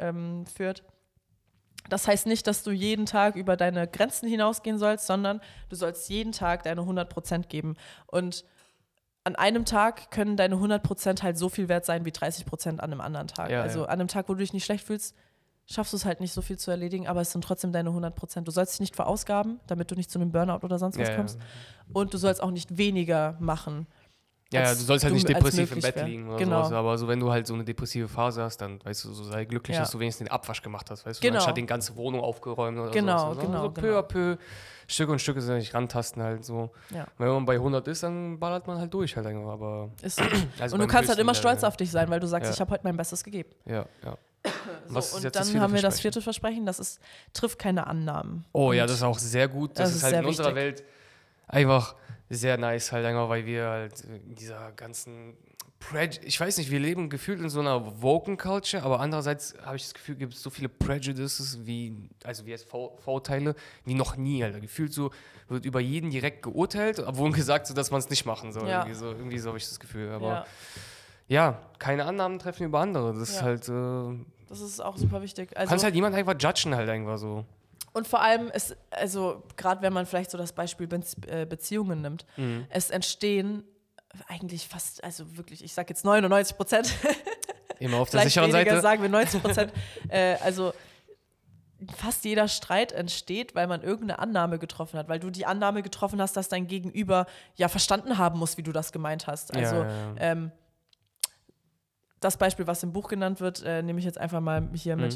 Das heißt nicht, dass du jeden Tag über deine Grenzen hinausgehen sollst, sondern du sollst jeden Tag deine 100% geben. Und an einem Tag können deine 100% halt so viel wert sein wie 30% an einem anderen Tag. Also an einem Tag, wo du dich nicht schlecht fühlst, schaffst du es halt nicht so viel zu erledigen, aber es sind trotzdem deine 100%. Du sollst dich nicht verausgaben, damit du nicht zu einem Burnout oder sonst was kommst. Und du sollst auch nicht weniger machen. Ja, du sollst halt nicht depressiv im Bett wär. liegen oder genau. sowas, aber so, wenn du halt so eine depressive Phase hast, dann, weißt du, so sei glücklich, dass du wenigstens den Abwasch gemacht hast, weißt du, anstatt die ganze Wohnung aufgeräumt oder so. So peu à peu, Stück und Stück sich rantasten halt so. Ja. Wenn man bei 100 ist, dann ballert man halt durch halt einfach, aber... Ist so. Also und du kannst halt immer stolz auf dich sein, weil du sagst, ich habe heute mein Bestes gegeben. Ja. So, und dann haben wir das vierte Versprechen, das ist, trifft keine Annahmen. Oh und ja, das ist auch sehr gut, das ist halt in unserer Welt einfach... sehr nice halt einfach, weil wir halt in dieser ganzen ich weiß nicht, wir leben gefühlt in so einer Woken Culture, aber andererseits habe ich das Gefühl, gibt es so viele Prejudices wie heißt Vorurteile, wie noch nie, Alter. Gefühlt so, wird über jeden direkt geurteilt, obwohl gesagt so, dass man es nicht machen soll. Ja. Irgendwie so habe ich das Gefühl. Aber ja, keine Annahmen treffen über andere. Das ist halt das ist auch super wichtig. Also, kannst halt niemand einfach judgen halt einfach so. Und vor allem, gerade wenn man vielleicht so das Beispiel Beziehungen nimmt, es entstehen eigentlich fast, also wirklich, ich sag jetzt 99%. Immer auf der sicheren Seite. Sagen wir 90%. Also fast jeder Streit entsteht, weil man irgendeine Annahme getroffen hat, weil du die Annahme getroffen hast, dass dein Gegenüber ja verstanden haben muss, wie du das gemeint hast. Also das Beispiel, was im Buch genannt wird, nehme ich jetzt einfach mal hier mit.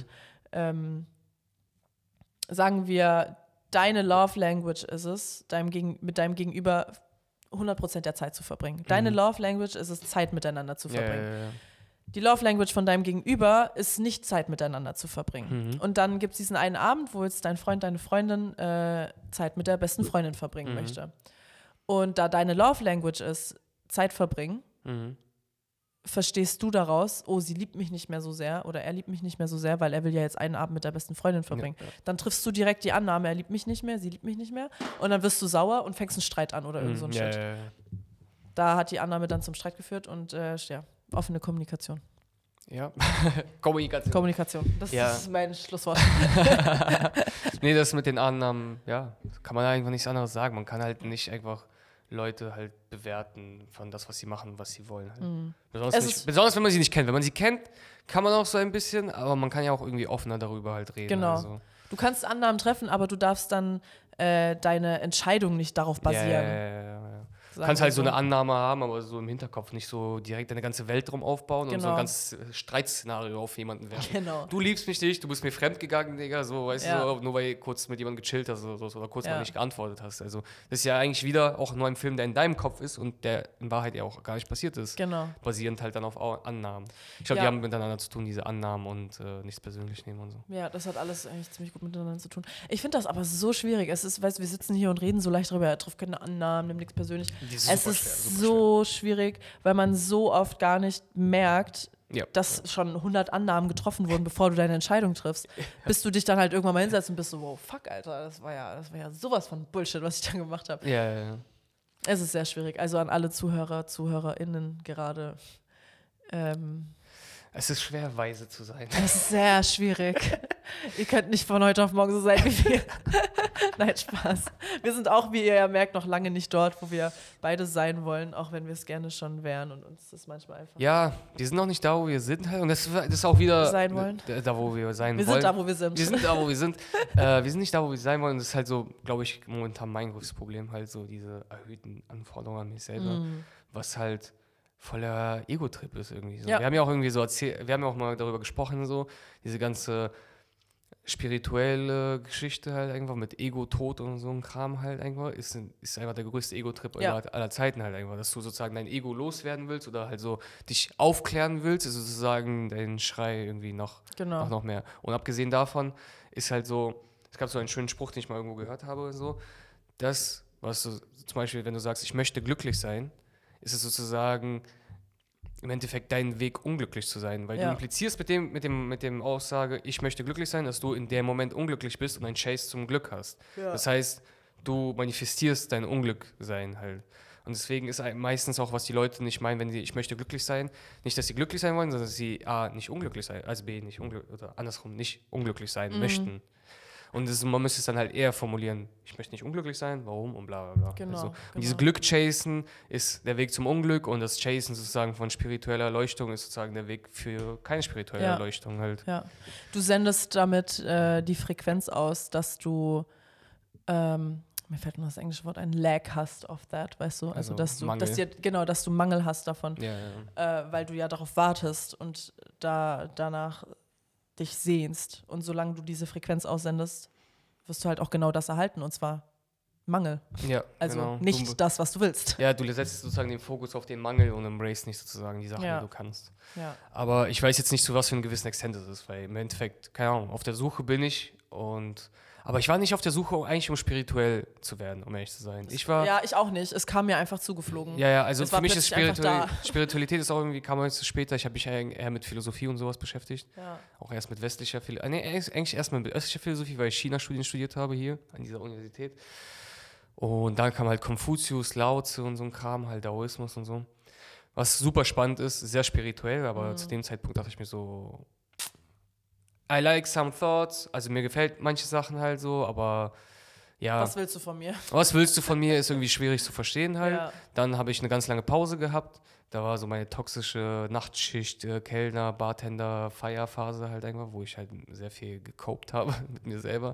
Sagen wir, deine Love Language ist es, mit deinem Gegenüber 100% der Zeit zu verbringen. Deine Love Language ist es, Zeit miteinander zu verbringen. Die Love Language von deinem Gegenüber ist nicht, Zeit miteinander zu verbringen. Und dann gibt es diesen einen Abend, wo jetzt dein Freund, deine Freundin Zeit mit der besten Freundin verbringen möchte. Und da deine Love Language ist, Zeit verbringen, verstehst du daraus, oh, sie liebt mich nicht mehr so sehr oder er liebt mich nicht mehr so sehr, weil er will ja jetzt einen Abend mit der besten Freundin verbringen. Dann triffst du direkt die Annahme, er liebt mich nicht mehr, sie liebt mich nicht mehr und dann wirst du sauer und fängst einen Streit an oder irgend so ein Shit. Da hat die Annahme dann zum Streit geführt und offene Kommunikation. Ja, Kommunikation. Das ist mein Schlusswort. Nee, das mit den Annahmen, kann man einfach nichts anderes sagen. Man kann halt nicht einfach Leute halt bewerten von das, was sie machen, was sie wollen. Halt. Besonders wenn man sie nicht kennt. Wenn man sie kennt, kann man auch so ein bisschen, aber man kann ja auch irgendwie offener darüber halt reden. Genau. Also. Du kannst Annahmen treffen, aber du darfst dann deine Entscheidung nicht darauf basieren. Du kannst halt so eine Annahme haben, aber so im Hinterkopf nicht so direkt deine ganze Welt drum aufbauen und so ein ganzes Streitszenario auf jemanden werfen. Genau. Du liebst mich nicht, du bist mir fremdgegangen, Digga, so, weißt du, nur weil du kurz mit jemandem gechillt hast oder kurz mal nicht geantwortet hast. Also das ist ja eigentlich wieder auch nur ein Film, der in deinem Kopf ist und der in Wahrheit ja auch gar nicht passiert ist. Genau. Basierend halt dann auf Annahmen. Ich glaube, die haben miteinander zu tun, diese Annahmen und nichts persönlich nehmen und so. Ja, das hat alles eigentlich ziemlich gut miteinander zu tun. Ich finde das aber so schwierig. Es ist, weißt du, wir sitzen hier und reden so leicht darüber, er trifft keine Annahmen, nimmt nichts persönlich. Es ist so schwierig, weil man so oft gar nicht merkt, dass schon 100 Annahmen getroffen wurden, bevor du deine Entscheidung triffst. Bis du dich dann halt irgendwann mal hinsetzt und bist so, wow, fuck, Alter, das war ja sowas von Bullshit, was ich dann gemacht habe. Es ist sehr schwierig. Also an alle Zuhörer, ZuhörerInnen gerade. Es ist schwer, weise zu sein. Es ist sehr schwierig. Ihr könnt nicht von heute auf morgen so sein wie wir. Nein, Spaß. Wir sind auch, wie ihr ja merkt, noch lange nicht dort, wo wir beide sein wollen, auch wenn wir es gerne schon wären und uns das manchmal einfach Ja, wir sind noch nicht da, wo wir sind halt. Und das ist auch wieder sein wollen. Da, wo wir sein Wir wollen. sind da, wo wir sind. Wir sind da, wo wir sind. Wir sind nicht da, wo wir sein wollen. Das ist halt so, glaube ich, momentan mein größtes Problem, halt so diese erhöhten Anforderungen an mich selber, was halt voller Ego-Trip ist irgendwie so. Ja. Wir haben ja auch irgendwie so erzählt, wir haben ja auch mal darüber gesprochen, so, diese ganze spirituelle Geschichte halt einfach mit Ego-Tod und so ein Kram halt einfach, ist einfach der größte Ego-Trip aller Zeiten halt einfach, dass du sozusagen dein Ego loswerden willst oder halt so dich aufklären willst, ist sozusagen dein Schrei irgendwie noch mehr. Und abgesehen davon ist halt so, es gab so einen schönen Spruch, den ich mal irgendwo gehört habe, so, das, was du zum Beispiel, wenn du sagst, ich möchte glücklich sein, ist es sozusagen im Endeffekt dein Weg, unglücklich zu sein, weil du implizierst mit dem Aussage, ich möchte glücklich sein, dass du in dem Moment unglücklich bist und einen Chase zum Glück hast. Ja. Das heißt, du manifestierst dein Unglücksein halt. Und deswegen ist meistens auch, was die Leute nicht meinen, wenn sie, ich möchte glücklich sein, nicht, dass sie glücklich sein wollen, sondern dass sie A, nicht unglücklich sein, also B, nicht unglücklich, oder andersrum, nicht unglücklich sein möchten. Und man müsste es dann halt eher formulieren, ich möchte nicht unglücklich sein, warum und bla bla bla. Genau, also, und dieses Glück-Chasen ist der Weg zum Unglück und das Chasen sozusagen von spiritueller Erleuchtung ist sozusagen der Weg für keine spirituelle Erleuchtung halt. Ja. Du sendest damit die Frequenz aus, dass du, mir fällt nur das englische Wort ein, Lack hast of that, weißt du? Also dass du, dass du Mangel hast davon, weil du ja darauf wartest und danach dich sehnst. Und solange du diese Frequenz aussendest, wirst du halt auch genau das erhalten, und zwar Mangel. Ja, also nicht das, was du willst. Ja, du setzt sozusagen den Fokus auf den Mangel und embrace nicht sozusagen die Sachen, die du kannst. Ja. Aber ich weiß jetzt nicht, zu was für einen gewissen Extent das ist, weil im Endeffekt, keine Ahnung, auf der Suche bin ich aber ich war nicht auf der Suche eigentlich, um spirituell zu werden, um ehrlich zu sein. Ich auch nicht. Es kam mir einfach zugeflogen. Ja, also für mich ist Spiritualität ist auch irgendwie, kam jetzt später. Ich habe mich eher mit Philosophie und sowas beschäftigt. Ja. Auch erst mit westlicher Philosophie. Eigentlich erst mal mit östlicher Philosophie, weil ich China-Studien studiert habe hier an dieser Universität. Und dann kam halt Konfuzius, Lao Tzu und so ein Kram, halt Daoismus und so. Was super spannend ist, sehr spirituell, aber zu dem Zeitpunkt dachte ich mir so, I like some thoughts, also mir gefällt manche Sachen halt so, aber ja. Was willst du von mir? Was willst du von mir, ist irgendwie schwierig zu verstehen halt. Ja. Dann habe ich eine ganz lange Pause gehabt. Da war so meine toxische Nachtschicht, Kellner, Bartender, Feierphase halt irgendwann, wo ich halt sehr viel gecopt habe mit mir selber.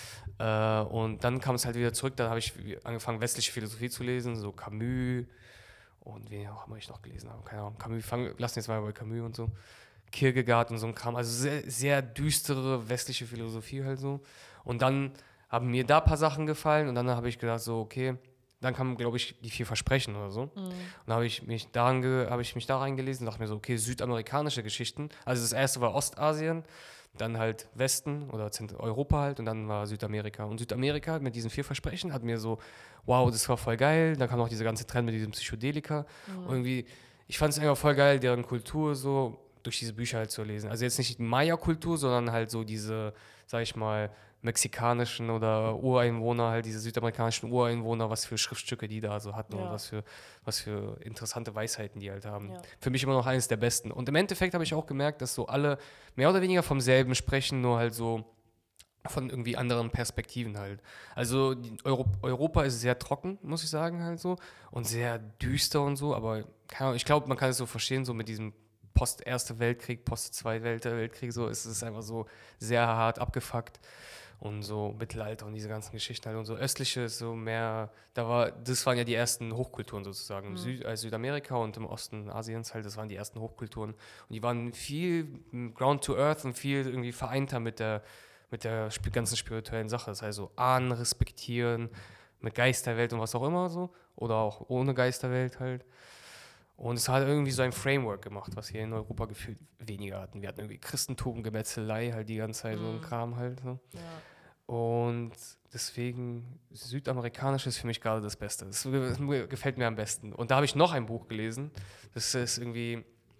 Und dann kam es halt wieder zurück, dann habe ich angefangen, westliche Philosophie zu lesen, so Camus und wen auch immer ich noch gelesen habe, keine Ahnung. Camus, lassen jetzt mal bei Camus und so. Kierkegaard und so ein Kram, also sehr, sehr düstere westliche Philosophie halt so. Und dann haben mir da ein paar Sachen gefallen und dann habe ich gedacht so, okay, dann kamen, glaube ich, die 4 Versprechen oder so. Und dann habe ich mich da reingelesen und dachte mir so, okay, südamerikanische Geschichten. Also das erste war Ostasien, dann halt Westen oder Europa halt und dann war Südamerika. Und Südamerika mit diesen 4 Versprechen hat mir so, wow, das war voll geil. Dann kam auch dieser ganze Trend mit diesem Psychedelika. Und irgendwie, ich fand es einfach voll geil, deren Kultur so durch diese Bücher halt zu lesen. Also jetzt nicht die Maya-Kultur, sondern halt so diese, sag ich mal, mexikanischen oder Ureinwohner, halt diese südamerikanischen Ureinwohner, was für Schriftstücke die da so hatten und was für interessante Weisheiten die halt haben. Ja. Für mich immer noch eines der besten. Und im Endeffekt habe ich auch gemerkt, dass so alle mehr oder weniger vom selben sprechen, nur halt so von irgendwie anderen Perspektiven halt. Also Europa ist sehr trocken, muss ich sagen halt so, und sehr düster und so, aber keine Ahnung, ich glaube, man kann es so verstehen, so mit diesem Post-Erste Weltkrieg, Post-Zweite Weltkrieg, so ist es einfach so sehr hart abgefuckt und so Mittelalter und diese ganzen Geschichten halt und so. Östliche ist so mehr, das waren ja die ersten Hochkulturen sozusagen, Südamerika und im Osten Asiens halt, das waren die ersten Hochkulturen und die waren viel ground to earth und viel irgendwie vereinter mit der ganzen spirituellen Sache, das heißt so Ahnen respektieren, mit Geisterwelt und was auch immer so, oder auch ohne Geisterwelt halt. Und es hat irgendwie so ein Framework gemacht, was wir in Europa gefühlt weniger hatten. Wir hatten irgendwie Christentum, Gemetzelei, halt die ganze Zeit so ein Kram halt. So. Ja. Und deswegen, Südamerikanisch ist für mich gerade das Beste. Das gefällt mir am besten. Und da habe ich noch ein Buch gelesen. Das ist irgendwie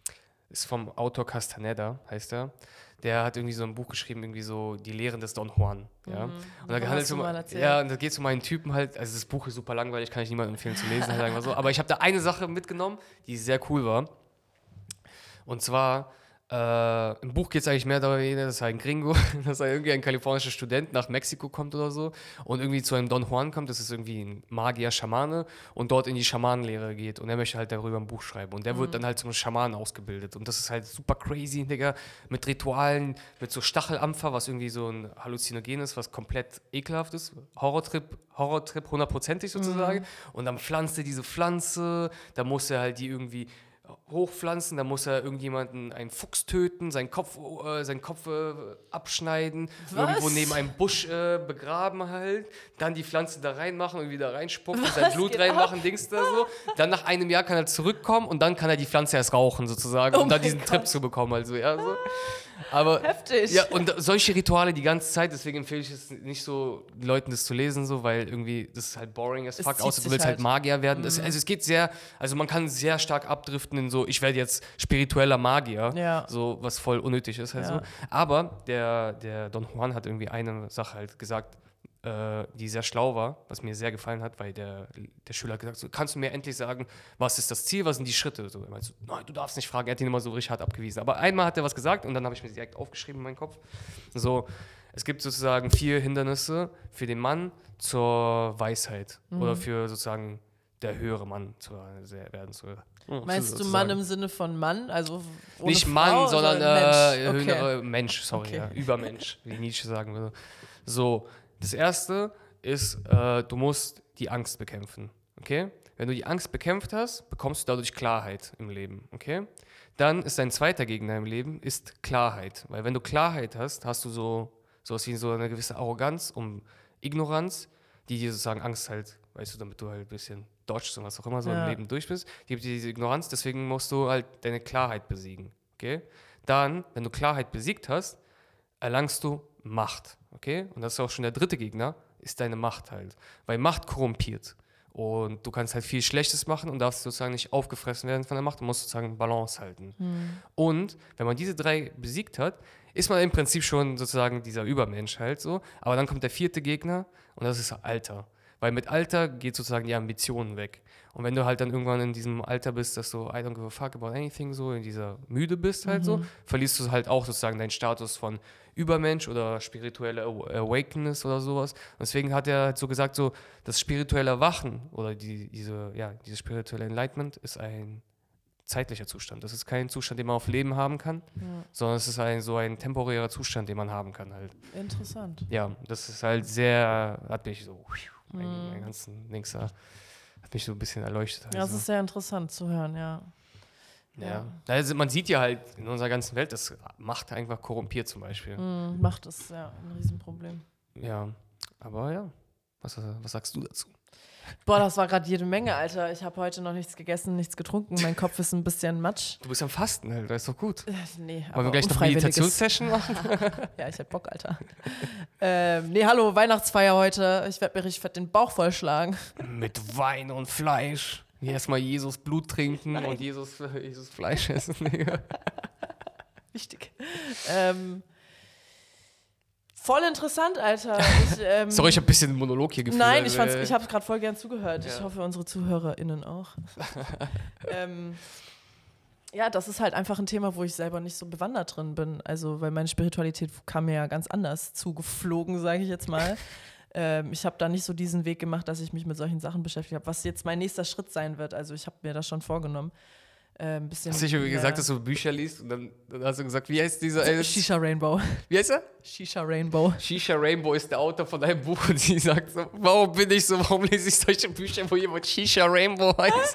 ist vom Autor Castaneda, heißt er. Der hat irgendwie so ein Buch geschrieben, irgendwie so die Lehren des Don Juan. Ja? Und da handelt es und da geht es um einen Typen halt, also das Buch ist super langweilig, kann ich niemandem empfehlen zu lesen, halt einfach so. Aber ich habe da eine Sache mitgenommen, die sehr cool war. Und zwar, im Buch geht es eigentlich mehr darum, dass ein Gringo, dass irgendwie ein kalifornischer Student nach Mexiko kommt oder so und irgendwie zu einem Don Juan kommt, das ist irgendwie ein Magier, Schamane und dort in die Schamanenlehre geht und er möchte halt darüber ein Buch schreiben und der wird dann halt zum Schamanen ausgebildet und das ist halt super crazy, Digga, mit Ritualen, mit so Stachelampfer, was irgendwie so ein Halluzinogen ist, was komplett ekelhaft ist, Horrortrip 100%ig sozusagen und dann pflanzt er diese Pflanze, da muss er halt die irgendwie hochpflanzen, da muss er irgendjemanden, einen Fuchs töten, seinen Kopf abschneiden, irgendwo neben einem Busch begraben halt, dann die Pflanze da reinmachen und wieder reinspucken, sein Blut reinmachen, Dings da so. Dann nach einem Jahr kann er zurückkommen und dann kann er die Pflanze erst rauchen sozusagen, um dann diesen Trip zu bekommen. Also, ja, so. Aber, heftig. Ja, und solche Rituale die ganze Zeit, deswegen empfehle ich es nicht so, Leuten das zu lesen, so, weil irgendwie das ist halt boring as fuck, außer du willst halt Magier werden. Also es geht sehr, also man kann sehr stark abdriften in so, ich werde jetzt spiritueller Magier, so, was voll unnötig ist halt so. Aber der Don Juan hat irgendwie eine Sache halt gesagt, die sehr schlau war, was mir sehr gefallen hat, weil der Schüler hat gesagt, so, kannst du mir endlich sagen, was ist das Ziel, was sind die Schritte? So, er meinte so, nein, du darfst nicht fragen, er hat ihn immer so richtig hart abgewiesen. Aber einmal hat er was gesagt und dann habe ich mir direkt aufgeschrieben in meinen Kopf. So, es gibt sozusagen 4 Hindernisse für den Mann zur Weisheit oder für sozusagen der höhere Mann zu werden. Meinst du Mann im Sinne von Mann? Also nicht Frau, Mann, sondern Mensch, Mensch, sorry, ja, Übermensch, wie Nietzsche sagen würde. So, das erste ist, du musst die Angst bekämpfen, okay? Wenn du die Angst bekämpft hast, bekommst du dadurch Klarheit im Leben, okay? Dann ist dein zweiter Gegner im Leben, ist Klarheit. Weil wenn du Klarheit hast, hast du sowas wie so eine gewisse Arroganz Ignoranz, die dir sozusagen Angst halt, weißt du, damit du halt ein bisschen dodgst und was auch immer so im Leben durch bist, die gibt dir diese Ignoranz, deswegen musst du halt deine Klarheit besiegen, okay? Dann, wenn du Klarheit besiegt hast, erlangst du Macht, okay? Und das ist auch schon der dritte Gegner, ist deine Macht halt. Weil Macht korrumpiert. Und du kannst halt viel Schlechtes machen und darfst sozusagen nicht aufgefressen werden von der Macht. Du musst sozusagen Balance halten. Und wenn man diese 3 besiegt hat, ist man im Prinzip schon sozusagen dieser Übermensch halt so. Aber dann kommt der 4. Gegner und das ist Alter. Weil mit Alter geht sozusagen die Ambition weg. Und wenn du halt dann irgendwann in diesem Alter bist, dass du I don't give a fuck about anything so, in dieser müde bist halt so, verlierst du halt auch sozusagen deinen Status von Übermensch oder spirituelle Awakeness oder sowas. Und deswegen hat er halt so gesagt, so das spirituelle Erwachen oder dieses spirituelle Enlightenment ist ein zeitlicher Zustand. Das ist kein Zustand, den man auf Leben haben kann, sondern es ist so ein temporärer Zustand, den man haben kann halt. Interessant. Ja, das ist halt sehr, hat mich so, mein ganzen Links da, hat mich so ein bisschen erleuchtet. Also. Ja, das ist sehr interessant zu hören, ja. Ja. Also man sieht ja halt in unserer ganzen Welt, das Macht einfach korrumpiert zum Beispiel. Macht ist ja ein Riesenproblem. Ja, aber ja, was sagst du dazu? Boah, das war gerade jede Menge, Alter. Ich habe heute noch nichts gegessen, nichts getrunken. Mein Kopf ist ein bisschen matsch. Du bist am Fasten, Alter, ist doch gut. Nee, Wollen wir gleich noch eine Meditationssession machen? Ja, ich hätte Bock, Alter. Nee, hallo, Weihnachtsfeier heute. Ich werde mir richtig fett den Bauch vollschlagen. Mit Wein und Fleisch. Erstmal Jesus Blut trinken und Jesus Fleisch essen. Wichtig. Voll interessant, Alter. Sorry, ich habe ein bisschen Monolog hier geführt. Nein, ich habe gerade voll gern zugehört. Ja. Ich hoffe, unsere ZuhörerInnen auch. Ja, das ist halt einfach ein Thema, wo ich selber nicht so bewandert drin bin. Also, weil meine Spiritualität kam mir ja ganz anders zugeflogen, sage ich jetzt mal. Ich habe da nicht so diesen Weg gemacht, dass ich mich mit solchen Sachen beschäftigt habe, was jetzt mein nächster Schritt sein wird. Also, ich habe mir das schon vorgenommen. Bisschen hast du nicht gesagt, dass du Bücher liest und dann hast du gesagt, wie heißt dieser? Shisha Rainbow. Wie heißt er? Shisha Rainbow. Shisha Rainbow ist der Autor von einem Buch und sie sagt so, warum lese ich solche Bücher, wo jemand Shisha Rainbow heißt?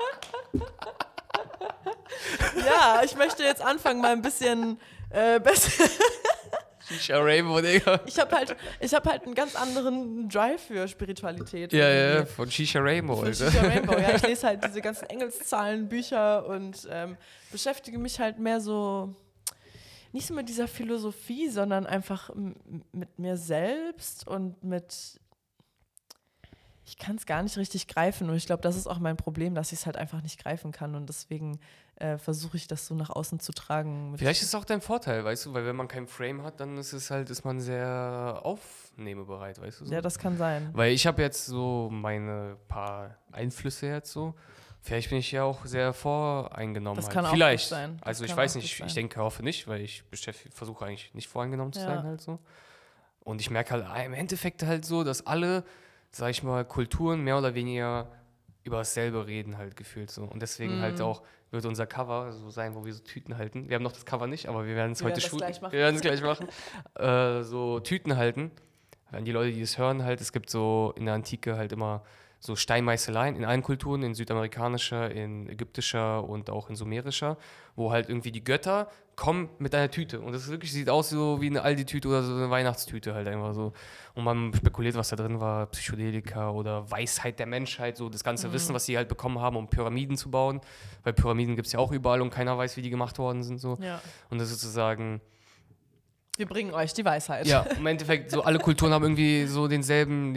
Ja, ich möchte jetzt anfangen, mal ein bisschen besser. Shisha Rainbow, Digga. Ich hab halt einen ganz anderen Drive für Spiritualität. Ja, von Shisha Rainbow. Shisha Rainbow, ja. Ich lese halt diese ganzen Engelszahlenbücher und beschäftige mich halt mehr so, nicht so mit dieser Philosophie, sondern einfach mit mir selbst und mit, ich kann es gar nicht richtig greifen und ich glaube, das ist auch mein Problem, dass ich es halt einfach nicht greifen kann und deswegen versuche ich das so nach außen zu tragen. Vielleicht ist es auch dein Vorteil, weißt du, weil wenn man keinen Frame hat, dann ist man sehr aufnehmebereit, weißt du so? Ja, das kann sein. Weil ich habe jetzt so meine paar Einflüsse jetzt so. Vielleicht bin ich ja auch sehr voreingenommen. Das halt. kann auch Vielleicht. gut sein. Also Das ich kann weiß auch nicht, gut ich sein. denke, hoffe nicht, weil ich versuche eigentlich nicht voreingenommen zu Ja. sein halt so. Und ich merke halt im Endeffekt halt so, dass alle, sag ich mal, Kulturen mehr oder weniger über dasselbe reden halt gefühlt so. Und deswegen halt auch wird unser Cover so sein, wo wir so Tüten halten. Wir haben noch das Cover nicht, aber wir werden es heute shooten. Wir werden es gleich machen. So Tüten halten. An die Leute, die es hören halt, es gibt so in der Antike halt immer so Steinmeißeleien in allen Kulturen, in südamerikanischer, in ägyptischer und auch in sumerischer, wo halt irgendwie die Götter kommen mit einer Tüte. Und das wirklich sieht aus so wie eine Aldi-Tüte oder so eine Weihnachtstüte halt einfach so. Und man spekuliert, was da drin war, Psychedelika oder Weisheit der Menschheit, so das ganze Wissen, was sie halt bekommen haben, um Pyramiden zu bauen. Weil Pyramiden gibt es ja auch überall und keiner weiß, wie die gemacht worden sind. So. Ja. Und das ist sozusagen... Wir bringen euch die Weisheit. Ja, im Endeffekt, so alle Kulturen haben irgendwie so denselben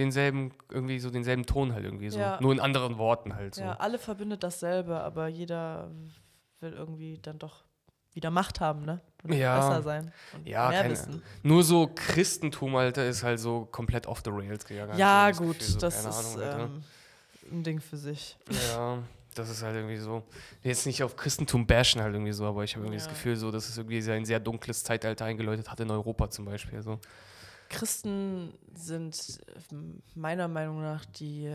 Ton halt irgendwie so. Ja. Nur in anderen Worten halt so. Ja, alle verbindet dasselbe, aber jeder will irgendwie dann doch wieder Macht haben, ne? Und Ja. besser sein und Ja, mehr wissen. nur so Christentum, Alter, ist halt so komplett off the rails gegangen. Ja, Hab ich gut, Gefühl, so, das keine ist Ahnung, Alter. ein Ding für sich. Ja, das ist halt irgendwie so. Jetzt nicht auf Christentum bashen halt irgendwie so, aber ich habe irgendwie Ja. das Gefühl, so, dass es irgendwie ein sehr dunkles Zeitalter eingeläutet hat in Europa zum Beispiel. So. Christen sind meiner Meinung nach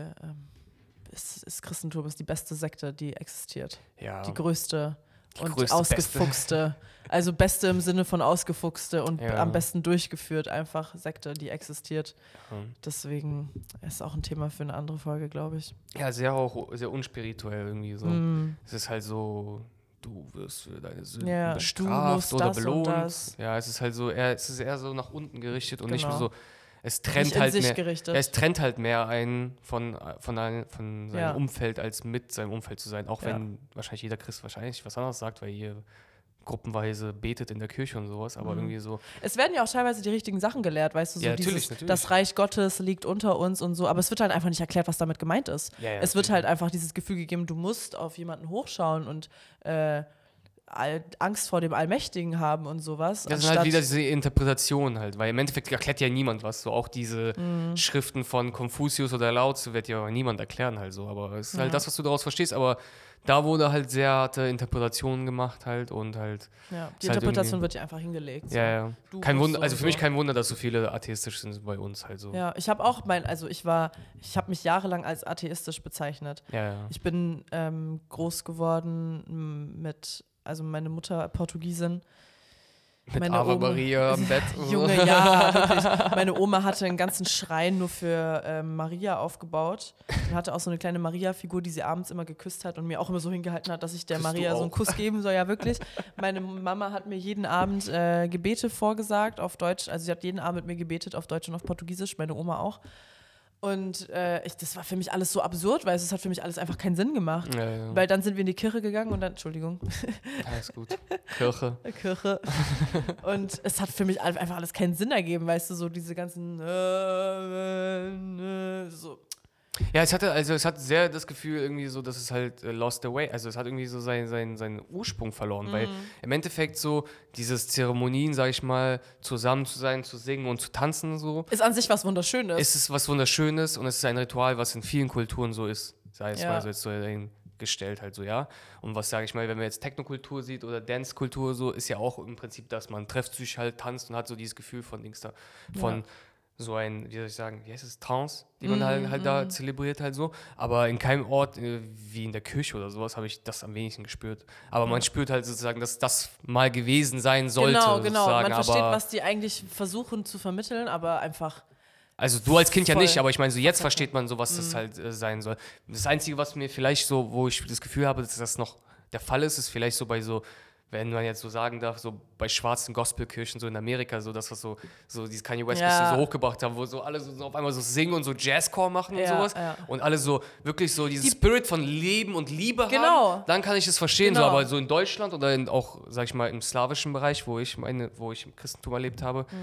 Christentum ist die beste Sekte, die existiert. Ja. Die größte und größte, ausgefuchste. Also beste im Sinne von ausgefuchste und Ja. am besten durchgeführt. Einfach Sekte, die existiert. Ja. Deswegen ist auch ein Thema für eine andere Folge, glaube ich. Ja, sehr unspirituell irgendwie so. Es ist halt so, du wirst für deine Sünden Ja, du bestraft musst oder das und belohnt. das. Ja, es ist halt so, es ist eher so nach unten gerichtet und nicht Genau. so, es trennt Nicht in halt sich mehr. gerichtet. Ja, es trennt halt mehr einen von seinem Ja. Umfeld, als mit seinem Umfeld zu sein. Auch Ja. wenn wahrscheinlich jeder Christ wahrscheinlich was anderes sagt, weil ihr gruppenweise betet in der Kirche und sowas, aber irgendwie so. Es werden ja auch teilweise die richtigen Sachen gelehrt, weißt du, so Ja, dieses, natürlich. das Reich Gottes liegt unter uns und so, aber es wird halt einfach nicht erklärt, was damit gemeint ist. Ja, Es wird halt einfach dieses Gefühl gegeben, du musst auf jemanden hochschauen und Angst vor dem Allmächtigen haben und sowas. Das sind halt wieder diese Interpretationen halt, weil im Endeffekt erklärt ja niemand was. So auch diese Schriften von Konfuzius oder Lao Tzu wird ja niemand erklären halt so. Aber es ist halt das, was du daraus verstehst. Aber da wurde halt sehr harte Interpretationen gemacht halt und halt. Ja, die ist halt Interpretation wird ja einfach hingelegt. So. Ja. Du Kein musst Wunder, so also und für mich so. kein Wunder, dass so viele atheistisch sind bei uns halt so. Ja, ich habe auch ich habe mich jahrelang als atheistisch bezeichnet. Ja. Ich bin groß geworden also meine Mutter Portugiesin. Mit meine Ave Oma- Maria am Bett. Junge, ja, wirklich. Meine Oma hatte einen ganzen Schrein nur für Maria aufgebaut und hatte auch so eine kleine Maria-Figur, die sie abends immer geküsst hat und mir auch immer so hingehalten hat, dass ich der Küsst du Maria so einen auch? Kuss geben soll. Ja, wirklich. Meine Mama hat mir jeden Abend Gebete vorgesagt auf Deutsch. Also sie hat jeden Abend mit mir gebetet auf Deutsch und auf Portugiesisch, meine Oma auch. Und das war für mich alles so absurd, weil es hat für mich alles einfach keinen Sinn gemacht. Ja. Weil dann sind wir in die Kirche gegangen und dann, Entschuldigung, Alles gut. Kirche. Kirche. Und es hat für mich einfach alles keinen Sinn ergeben, weißt du, so diese ganzen so. Ja, es hat sehr das Gefühl irgendwie so, dass es halt lost away, also es hat irgendwie so seinen Ursprung verloren, weil im Endeffekt so dieses Zeremonien, sag ich mal, zusammen zu sein, zu singen und zu tanzen so, Ist an sich was Wunderschönes. ist es was Wunderschönes und es ist ein Ritual, was in vielen Kulturen so ist, sei es Ja. mal so jetzt so gestellt halt so, ja. Und was sage ich mal, wenn man jetzt Technokultur sieht oder Dancekultur so, ist ja auch im Prinzip, dass man trifft sich halt, tanzt und hat so dieses Gefühl von Dings da, von so ein, wie soll ich sagen, wie heißt es, Trance, die man halt da zelebriert halt so. Aber in keinem Ort, wie in der Kirche oder sowas, habe ich das am wenigsten gespürt. Aber man spürt halt sozusagen, dass das mal gewesen sein sollte. Genau. Sozusagen. Man versteht, aber, was die eigentlich versuchen zu vermitteln, aber einfach. also du als Kind ja voll nicht, aber ich meine, so jetzt versteht man so, was das halt sein soll. Das Einzige, was mir vielleicht so, wo ich das Gefühl habe, dass das noch der Fall ist vielleicht so bei so, wenn man jetzt so sagen darf, so bei schwarzen Gospelkirchen so in Amerika, so das, was so dieses Kanye West bisschen so hochgebracht haben, wo so alle so auf einmal so singen und so Jazzcore machen und sowas und alle so wirklich so diesen Spirit von Leben und Liebe haben, dann kann ich das verstehen, so, aber so in Deutschland oder auch, sag ich mal, im slawischen Bereich, wo ich im Christentum erlebt habe,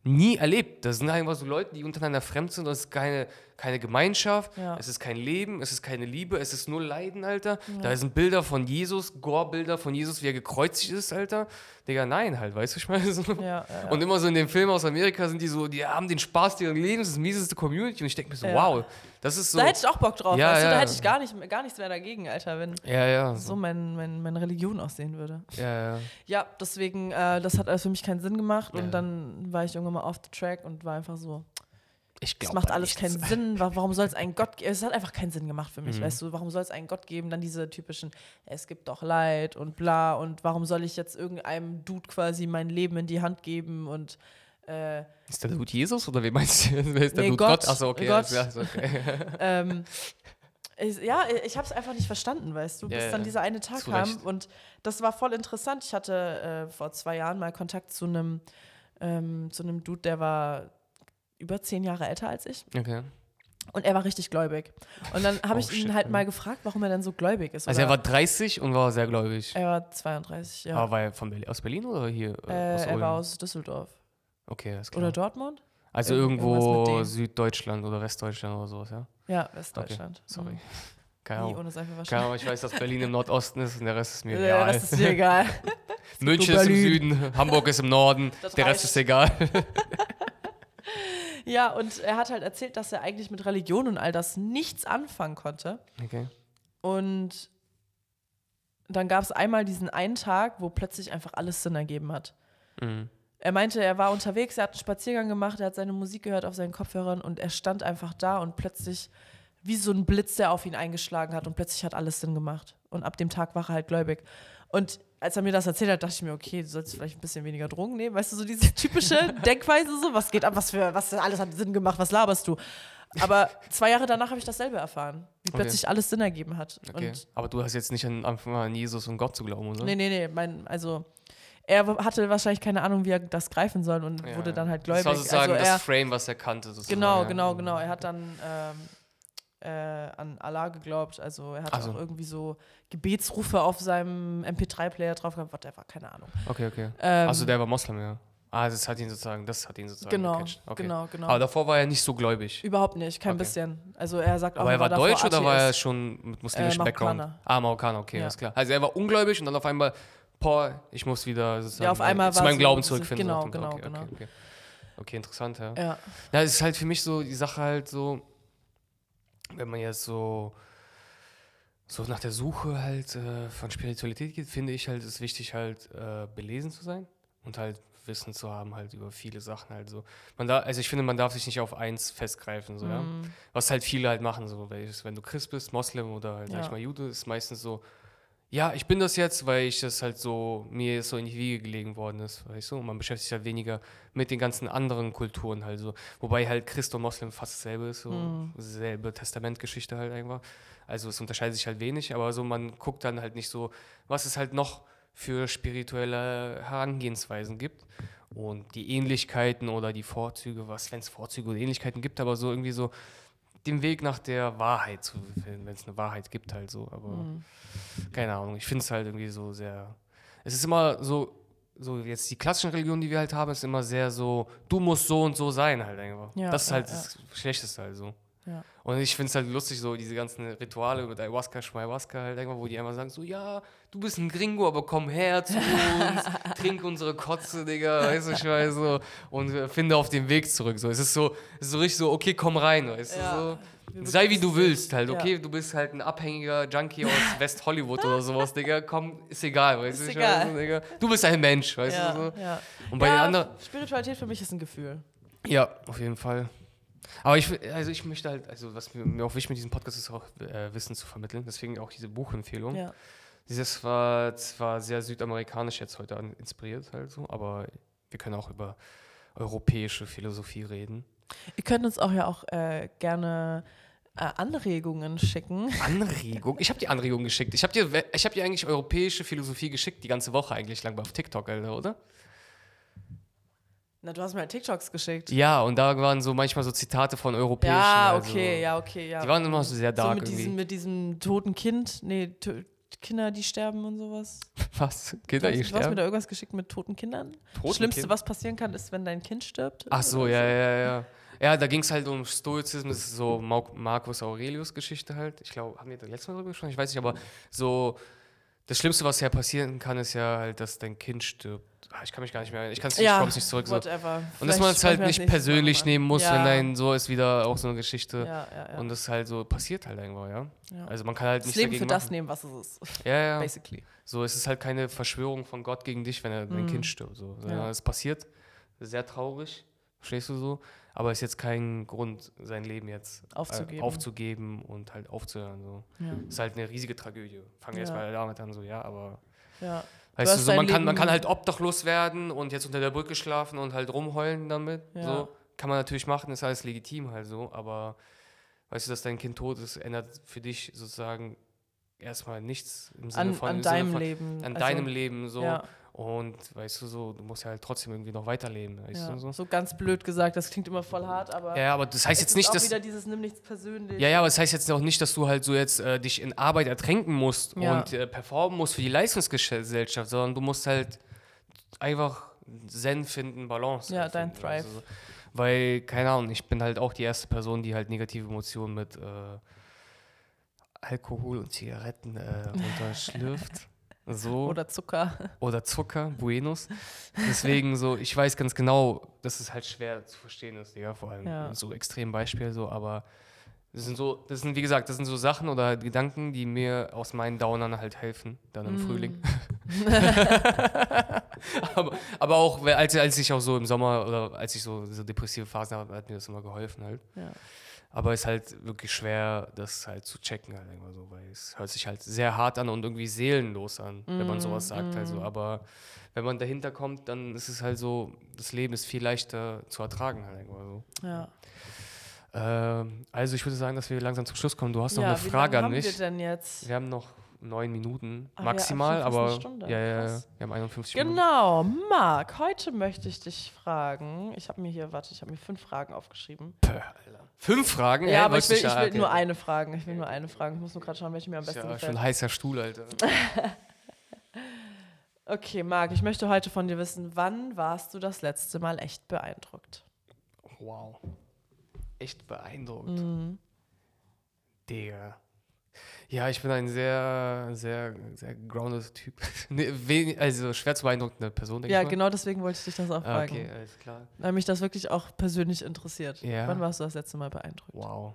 nie erlebt. Das sind einfach so Leute, die untereinander fremd sind. Das ist keine Gemeinschaft, es ist kein Leben, es ist keine Liebe, es ist nur Leiden, Alter. Da sind Bilder von Jesus, Gore-Bilder von Jesus, wie er gekreuzigt ist, Alter. Digga, nein halt, weißt du, ich meine so. Und immer so in den Filmen aus Amerika sind die so, die haben den Spaß deren Lebens, das ist die mieseste Community. Und ich denke mir so, wow, das ist so. Da hätte ich auch Bock drauf, weißt du, da hätte ich gar nichts mehr dagegen, Alter, wenn so meine Religion aussehen würde. Ja, deswegen, das hat alles für mich keinen Sinn gemacht und dann war ich irgendwann mal off the track und war einfach so, es macht alles keinen Sinn. Warum soll es einen Gott geben? Es hat einfach keinen Sinn gemacht für mich, weißt du? Warum soll es einen Gott geben? Dann diese typischen, es gibt doch Leid und bla und warum soll ich jetzt irgendeinem Dude quasi mein Leben in die Hand geben und ist der Dude Jesus oder wie meinst du? Wer ist der Dude Gott? Achso, okay. Gott. Ja, okay. Ich habe es einfach nicht verstanden, weißt du, bis dann dieser eine Tag kam und das war voll interessant. Ich hatte vor 2 Jahren mal Kontakt zu einem Dude, der war über 10 Jahre älter als ich. Okay. Und er war richtig gläubig. Und dann habe ich ihn halt mal gefragt, warum er denn so gläubig ist. Also er war 30 und war sehr gläubig. Er war 32, ja. Aber war er aus Berlin oder hier? Er war aus Düsseldorf. Okay, das ist klar. Oder Dortmund? Also irgendwo Süddeutschland oder Westdeutschland oder sowas, ja? Ja, Westdeutschland. Okay. Sorry. Keine Ahnung. Ohne Seife waschen. Keine Ahnung, ich weiß, dass Berlin im Nordosten ist und der Rest ist mir egal. Der Rest ist mir egal. München ist im Süden, Hamburg ist im Norden, der Rest ist egal. Ja, und er hat halt erzählt, dass er eigentlich mit Religion und all das nichts anfangen konnte. Okay. Und dann gab es einmal diesen einen Tag, wo plötzlich einfach alles Sinn ergeben hat. Mhm. Er meinte, er war unterwegs, er hat einen Spaziergang gemacht, er hat seine Musik gehört auf seinen Kopfhörern und er stand einfach da und plötzlich wie so ein Blitz, der auf ihn eingeschlagen hat und plötzlich hat alles Sinn gemacht. Und ab dem Tag war er halt gläubig. Und als er mir das erzählt hat, dachte ich mir, okay, du solltest vielleicht ein bisschen weniger Drogen nehmen. Weißt du, so diese typische Denkweise, so, was geht ab, was alles hat Sinn gemacht, was laberst du? Aber 2 Jahre danach habe ich dasselbe erfahren, wie plötzlich alles Sinn ergeben hat. Okay. Und aber du hast jetzt nicht am Anfang an Jesus und Gott zu glauben, oder? Nee, er hatte wahrscheinlich keine Ahnung, wie er das greifen soll und wurde dann halt gläubig. Das war sozusagen das Frame, was er kannte. Sozusagen. Genau. Er hat dann an Allah geglaubt. Also er hat auch irgendwie so Gebetsrufe auf seinem MP3-Player drauf gehabt, whatever, keine Ahnung. Okay. Also der war Moslem, ja. Das hat ihn sozusagen gecatcht. Okay. Genau. Aber davor war er nicht so gläubig. Überhaupt nicht, kein bisschen. Also er sagt auch, aber er war deutsch oder Atheist. war er schon mit muslimischem Background? Marokkaner, okay, alles klar. Also er war ungläubig und dann auf einmal, ich muss wieder sozusagen auf einmal zu meinem Glauben zurückfinden. Genau. Okay, interessant, ja. Ja, es ist halt für mich so die Sache halt so, wenn man jetzt so nach der Suche halt von Spiritualität geht, finde ich halt, es ist wichtig halt belesen zu sein und halt Wissen zu haben halt über viele Sachen halt so. Ich finde, man darf sich nicht auf eins festgreifen, so, ja. Was halt viele halt machen, so, wenn du Christ bist, Moslem oder halt, sag ich mal, Jude, ist meistens so, ja, ich bin das jetzt, weil ich das halt so, mir so in die Wiege gelegen worden ist, weißt du, und man beschäftigt sich halt weniger mit den ganzen anderen Kulturen halt so, wobei halt Christ und Moslem fast dasselbe ist, so, selbe Testamentgeschichte halt einfach, also es unterscheidet sich halt wenig, aber so, man guckt dann halt nicht so, was es halt noch für spirituelle Herangehensweisen gibt und die Ähnlichkeiten oder die Vorzüge, wenn es Vorzüge oder Ähnlichkeiten gibt, aber so irgendwie so den Weg nach der Wahrheit zu finden, wenn es eine Wahrheit gibt halt so, aber keine Ahnung, ich finde es halt irgendwie so sehr, es ist immer so jetzt die klassischen Religionen, die wir halt haben, ist immer sehr so, du musst so und so sein halt einfach. Ja, das ist halt das Schlechteste halt so. Ja. Und ich finde es halt lustig, so diese ganzen Rituale mit Ayahuasca, Schmayahuasca halt irgendwann, wo die einfach sagen so, ja, du bist ein Gringo, aber komm her zu uns, trink unsere Kotze, Digga, weißt du, ich weiß so, und finde auf den Weg zurück, so. Es ist so richtig so, okay, komm rein, weißt du, so. Sei wie du willst halt, okay, du bist halt ein abhängiger Junkie aus West Hollywood oder sowas, Digga, komm, ist egal, weißt du, ich weiß so, Digga. Du bist ein Mensch, weißt du, so. Ja. Und bei den anderen... Spiritualität für mich ist ein Gefühl. Ja, auf jeden Fall. Aber ich möchte halt, also was mir auch wichtig mit diesem Podcast ist, auch Wissen zu vermitteln. Deswegen auch diese Buchempfehlung. Ja. Dieses war zwar sehr südamerikanisch jetzt heute inspiriert, halt so, aber wir können auch über europäische Philosophie reden. Ihr könnt uns auch gerne Anregungen schicken. Anregungen? Ich habe die Anregungen geschickt. Ich hab dir eigentlich europäische Philosophie geschickt, die ganze Woche eigentlich lang auf TikTok, Alter, oder? Na, du hast mir TikToks geschickt. Ja, und da waren so manchmal so Zitate von europäischen. Ja, okay. Die waren immer so sehr dark so mit diesem toten Kind. Nee, Kinder, die sterben und sowas. Was? Kinder, die Du hast mir sterben? da irgendwas geschickt mit toten Kindern. Toten Das Schlimmste, Kind? was passieren kann, ist, wenn dein Kind stirbt. Ach so, oder ja. Ja, da ging es halt um Stoizismus, das ist so Marcus Aurelius Geschichte halt. Ich glaube, haben wir da letztes Mal drüber gesprochen? Ich weiß nicht, aber so, das Schlimmste, was ja passieren kann, ist ja halt, dass dein Kind stirbt. Ich kann mich gar nicht mehr, ich komme nicht zurück. So. Whatever. Und dass man es halt nicht persönlich nehmen muss, Ja. wenn dein so ist, wieder auch so eine Geschichte. Ja. Und das halt so passiert halt irgendwo, ja. Ja. Also man kann halt Das nichts Leben dagegen für das machen. nehmen, was es ist. Ja. Basically. So, es ist halt keine Verschwörung von Gott gegen dich, wenn dein Kind stirbt. So. Ja. Es passiert, sehr traurig, verstehst du so? Aber es ist jetzt kein Grund, sein Leben jetzt aufzugeben und halt aufzuhören. So. Ja. Das ist halt eine riesige Tragödie. Fangen wir jetzt mal damit an, so, ja, aber. Ja. Weißt du, so, dein man Leben- kann halt obdachlos werden und jetzt unter der Brücke schlafen und halt rumheulen damit. Ja. So. Kann man natürlich machen, ist alles legitim halt so, aber weißt du, dass dein Kind tot ist, ändert für dich sozusagen erstmal nichts im Sinne von An deinem Leben. an Also, deinem Leben so. Ja. Und weißt du so, du musst ja halt trotzdem irgendwie noch weiterleben, weißt Ja. du so. So ganz blöd gesagt, das klingt immer voll hart, aber Ja, aber das heißt es jetzt ist nicht, auch dass wieder dieses nimm nichts persönlich. ja, aber das heißt jetzt auch nicht, dass du halt so jetzt dich in Arbeit ertränken musst Ja. und performen musst für die Leistungsgesellschaft, sondern du musst halt einfach Zen finden, Balance. Ja, halt dein finden, Thrive. weißt du so. Weil, keine Ahnung, ich bin halt auch die erste Person, die halt negative Emotionen mit Alkohol und Zigaretten unterschlürft. So. Oder Zucker, Buenos. Deswegen so, ich weiß ganz genau, dass es halt schwer zu verstehen ist, Digga, vor allem so extrem Beispiel so, aber das sind wie gesagt, das sind so Sachen oder Gedanken, die mir aus meinen Downern halt helfen, dann im Frühling. aber auch, als ich auch so im Sommer oder als ich so depressive Phasen habe, hat mir das immer geholfen halt. Ja. Aber es ist halt wirklich schwer, das halt zu checken halt immer so, weil es hört sich halt sehr hart an und irgendwie seelenlos an, wenn man sowas sagt halt so. Aber wenn man dahinter kommt, dann ist es halt so, das Leben ist viel leichter zu ertragen halt irgendwo so. Ja. Also ich würde sagen, dass wir langsam zum Schluss kommen. Du hast noch Ja, eine Frage an mich. Wie lange haben wir denn jetzt? Wir haben noch 9 Minuten Ach, maximal, ja, fast eine aber Stunde. ja, Krass. wir haben 51 Minuten. Genau, Marc, heute möchte ich dich fragen. Ich habe mir 5 Fragen aufgeschrieben. 5 Fragen? Ja, aber Wolltest ich du will okay. nur eine fragen. Ich muss nur gerade schauen, welche mir am Das besten ist ja gefällt. schon ein heißer Stuhl, Alter. Okay, Marc, ich möchte heute von dir wissen, wann warst du das letzte Mal echt beeindruckt? Wow. Echt beeindruckt. Digga. Ja, ich bin ein sehr, sehr, sehr grounded Typ. Also schwer zu beeindruckende Person, denke Ja, ich mal. genau deswegen wollte ich dich das auch fragen. Okay, alles klar. Weil mich das wirklich auch persönlich interessiert. Ja. Wann warst du das letzte Mal beeindruckt? Wow.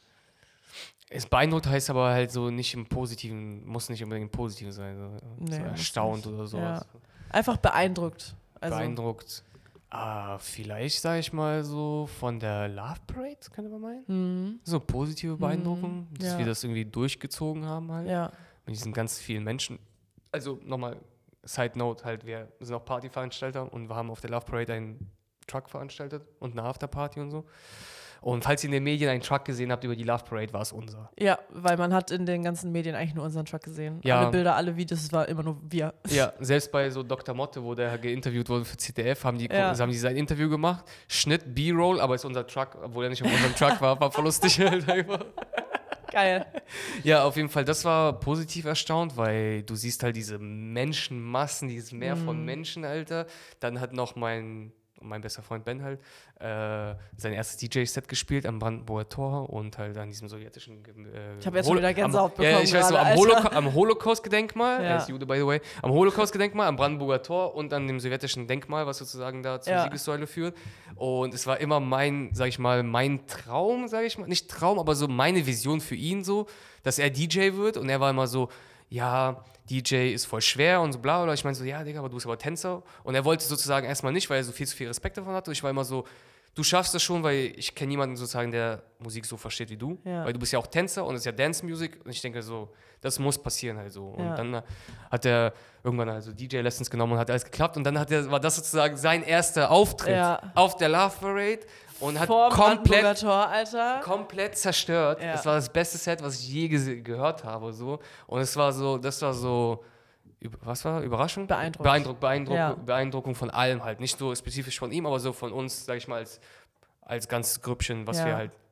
Es beeindruckt heißt aber halt so nicht im Positiven, muss nicht unbedingt im Positiven sein. So, Nee, so muss erstaunt nicht. oder sowas. Ja. Einfach beeindruckt. Also, Beeindruckt. Vielleicht, sage ich mal, so von der Love Parade, könnte man meinen. So positive Beeindruckung, dass ja. wir das irgendwie durchgezogen haben halt. Ja. Mit diesen ganz vielen Menschen. Also nochmal, Side Note halt, wir sind auch Partyveranstalter und wir haben auf der Love Parade einen Truck veranstaltet und eine Afterparty und so. Und falls ihr in den Medien einen Truck gesehen habt über die Love Parade, war es unser. Ja, weil man hat in den ganzen Medien eigentlich nur unseren Truck gesehen. Ja. Alle Bilder, alle Videos, es war immer nur wir. Ja, selbst bei so Dr. Motte, wo der geinterviewt wurde für ZDF, haben die sein Interview gemacht. Schnitt, B-Roll, aber ist unser Truck, obwohl er nicht auf unserem Truck war voll lustig halt einfach. Geil. Ja, auf jeden Fall, das war positiv erstaunt, weil du siehst halt diese Menschenmassen, dieses Meer von Menschen, Alter. Dann hat noch mein bester Freund Ben halt sein erstes DJ-Set gespielt am Brandenburger Tor und halt an diesem sowjetischen ich habe jetzt schon wieder Gänsehaut bekommen. Ja, ich weiß so, gerade, am Holocaust-Gedenkmal, Ja. er ist Jude, by the way, am Holocaust-Gedenkmal, am Brandenburger Tor und an dem sowjetischen Denkmal, was sozusagen da zur Siegessäule führt. Und es war immer mein Traum, nicht Traum, aber so meine Vision für ihn so, dass er DJ wird und er war immer so, ja, DJ ist voll schwer und so bla bla. Ich meine so, ja, Digga, aber du bist aber Tänzer. Und er wollte sozusagen erstmal nicht, weil er so viel zu viel Respekt davon hatte. Und ich war immer so, du schaffst das schon, weil ich kenne niemanden sozusagen, der Musik so versteht wie du. Ja. Weil du bist ja auch Tänzer und es ist ja Dance Music. Und ich denke so, das muss passieren halt so. Und Ja. dann hat er irgendwann also DJ-Lessons genommen und hat alles geklappt. Und dann war das sozusagen sein erster Auftritt auf der Love Parade. Und hat Vor Brandenburger Tor, Alter. komplett zerstört. Ja. Es war das beste Set, was ich je gehört habe. So. Und das war so, was war? Überraschung? Beeindruckung von allem halt. Nicht so spezifisch von ihm, aber so von uns, sag ich mal, als ganzes Grüppchen, was wir halt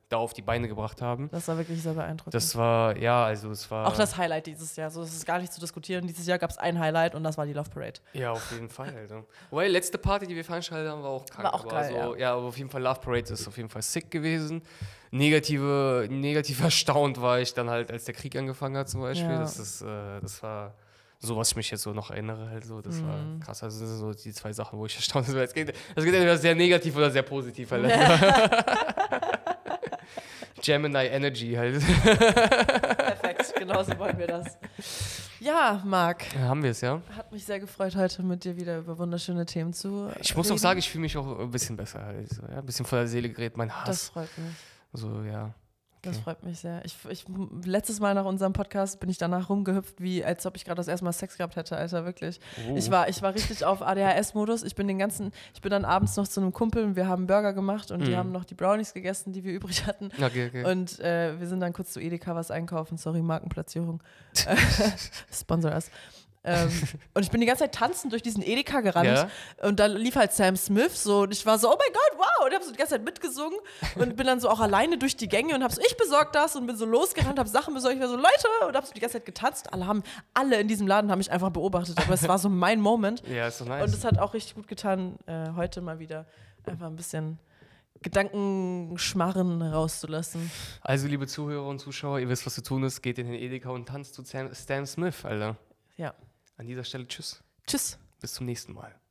da auf die Beine gebracht haben. Das war wirklich sehr beeindruckend. Das war, ja, also es war... Auch das Highlight dieses Jahr, so, das ist gar nicht zu diskutieren. Dieses Jahr gab es ein Highlight und das war die Love Parade. Ja, auf jeden Fall, Alter. Wobei, letzte Party, die wir veranstaltet haben, war auch krank. War auch geil, so, ja. Aber auf jeden Fall, Love Parade ist auf jeden Fall sick gewesen. Negativ erstaunt war ich dann halt, als der Krieg angefangen hat zum Beispiel. Ja. Das war so, was ich mich jetzt so noch erinnere halt so. Das war krass. Also das sind so die zwei Sachen, wo ich erstaunt bin. Das geht entweder sehr negativ oder sehr positiv halt. Gemini Energy halt. Perfekt, genauso wollen wir das. Ja, Marc. Ja, haben wir es, ja. Hat mich sehr gefreut, heute mit dir wieder über wunderschöne Themen zu Ich muss reden. auch sagen, ich fühle mich auch ein bisschen besser. Halt, so, ja? Ein bisschen von der Seele geredet, mein Hass. Das freut mich. So, ja. Das freut mich sehr. Letztes Mal nach unserem Podcast bin ich danach rumgehüpft, wie als ob ich gerade das erste Mal Sex gehabt hätte, Alter, wirklich. Ich war richtig auf ADHS-Modus. Ich bin dann abends noch zu einem Kumpel und wir haben Burger gemacht und die haben noch die Brownies gegessen, die wir übrig hatten. Okay. Und wir sind dann kurz zu Edeka was einkaufen. Sorry, Markenplatzierung. Sponsor us. Und ich bin die ganze Zeit tanzend durch diesen Edeka gerannt und da lief halt Sam Smith so und ich war so, oh mein Gott, wow, und hab so die ganze Zeit mitgesungen und bin dann so auch alleine durch die Gänge und hab so, ich besorg das und bin so losgerannt, hab Sachen besorgt, ich war so, Leute, und hab so die ganze Zeit getanzt. Alle in diesem Laden haben mich einfach beobachtet, aber es war so mein Moment. Ja, ist so nice. Und es hat auch richtig gut getan, heute mal wieder einfach ein bisschen Gedankenschmarren rauszulassen. Also, liebe Zuhörer und Zuschauer, ihr wisst, was zu tun ist, geht in den Edeka und tanzt zu Stan Smith, Alter. Ja. An dieser Stelle tschüss. Tschüss. Bis zum nächsten Mal.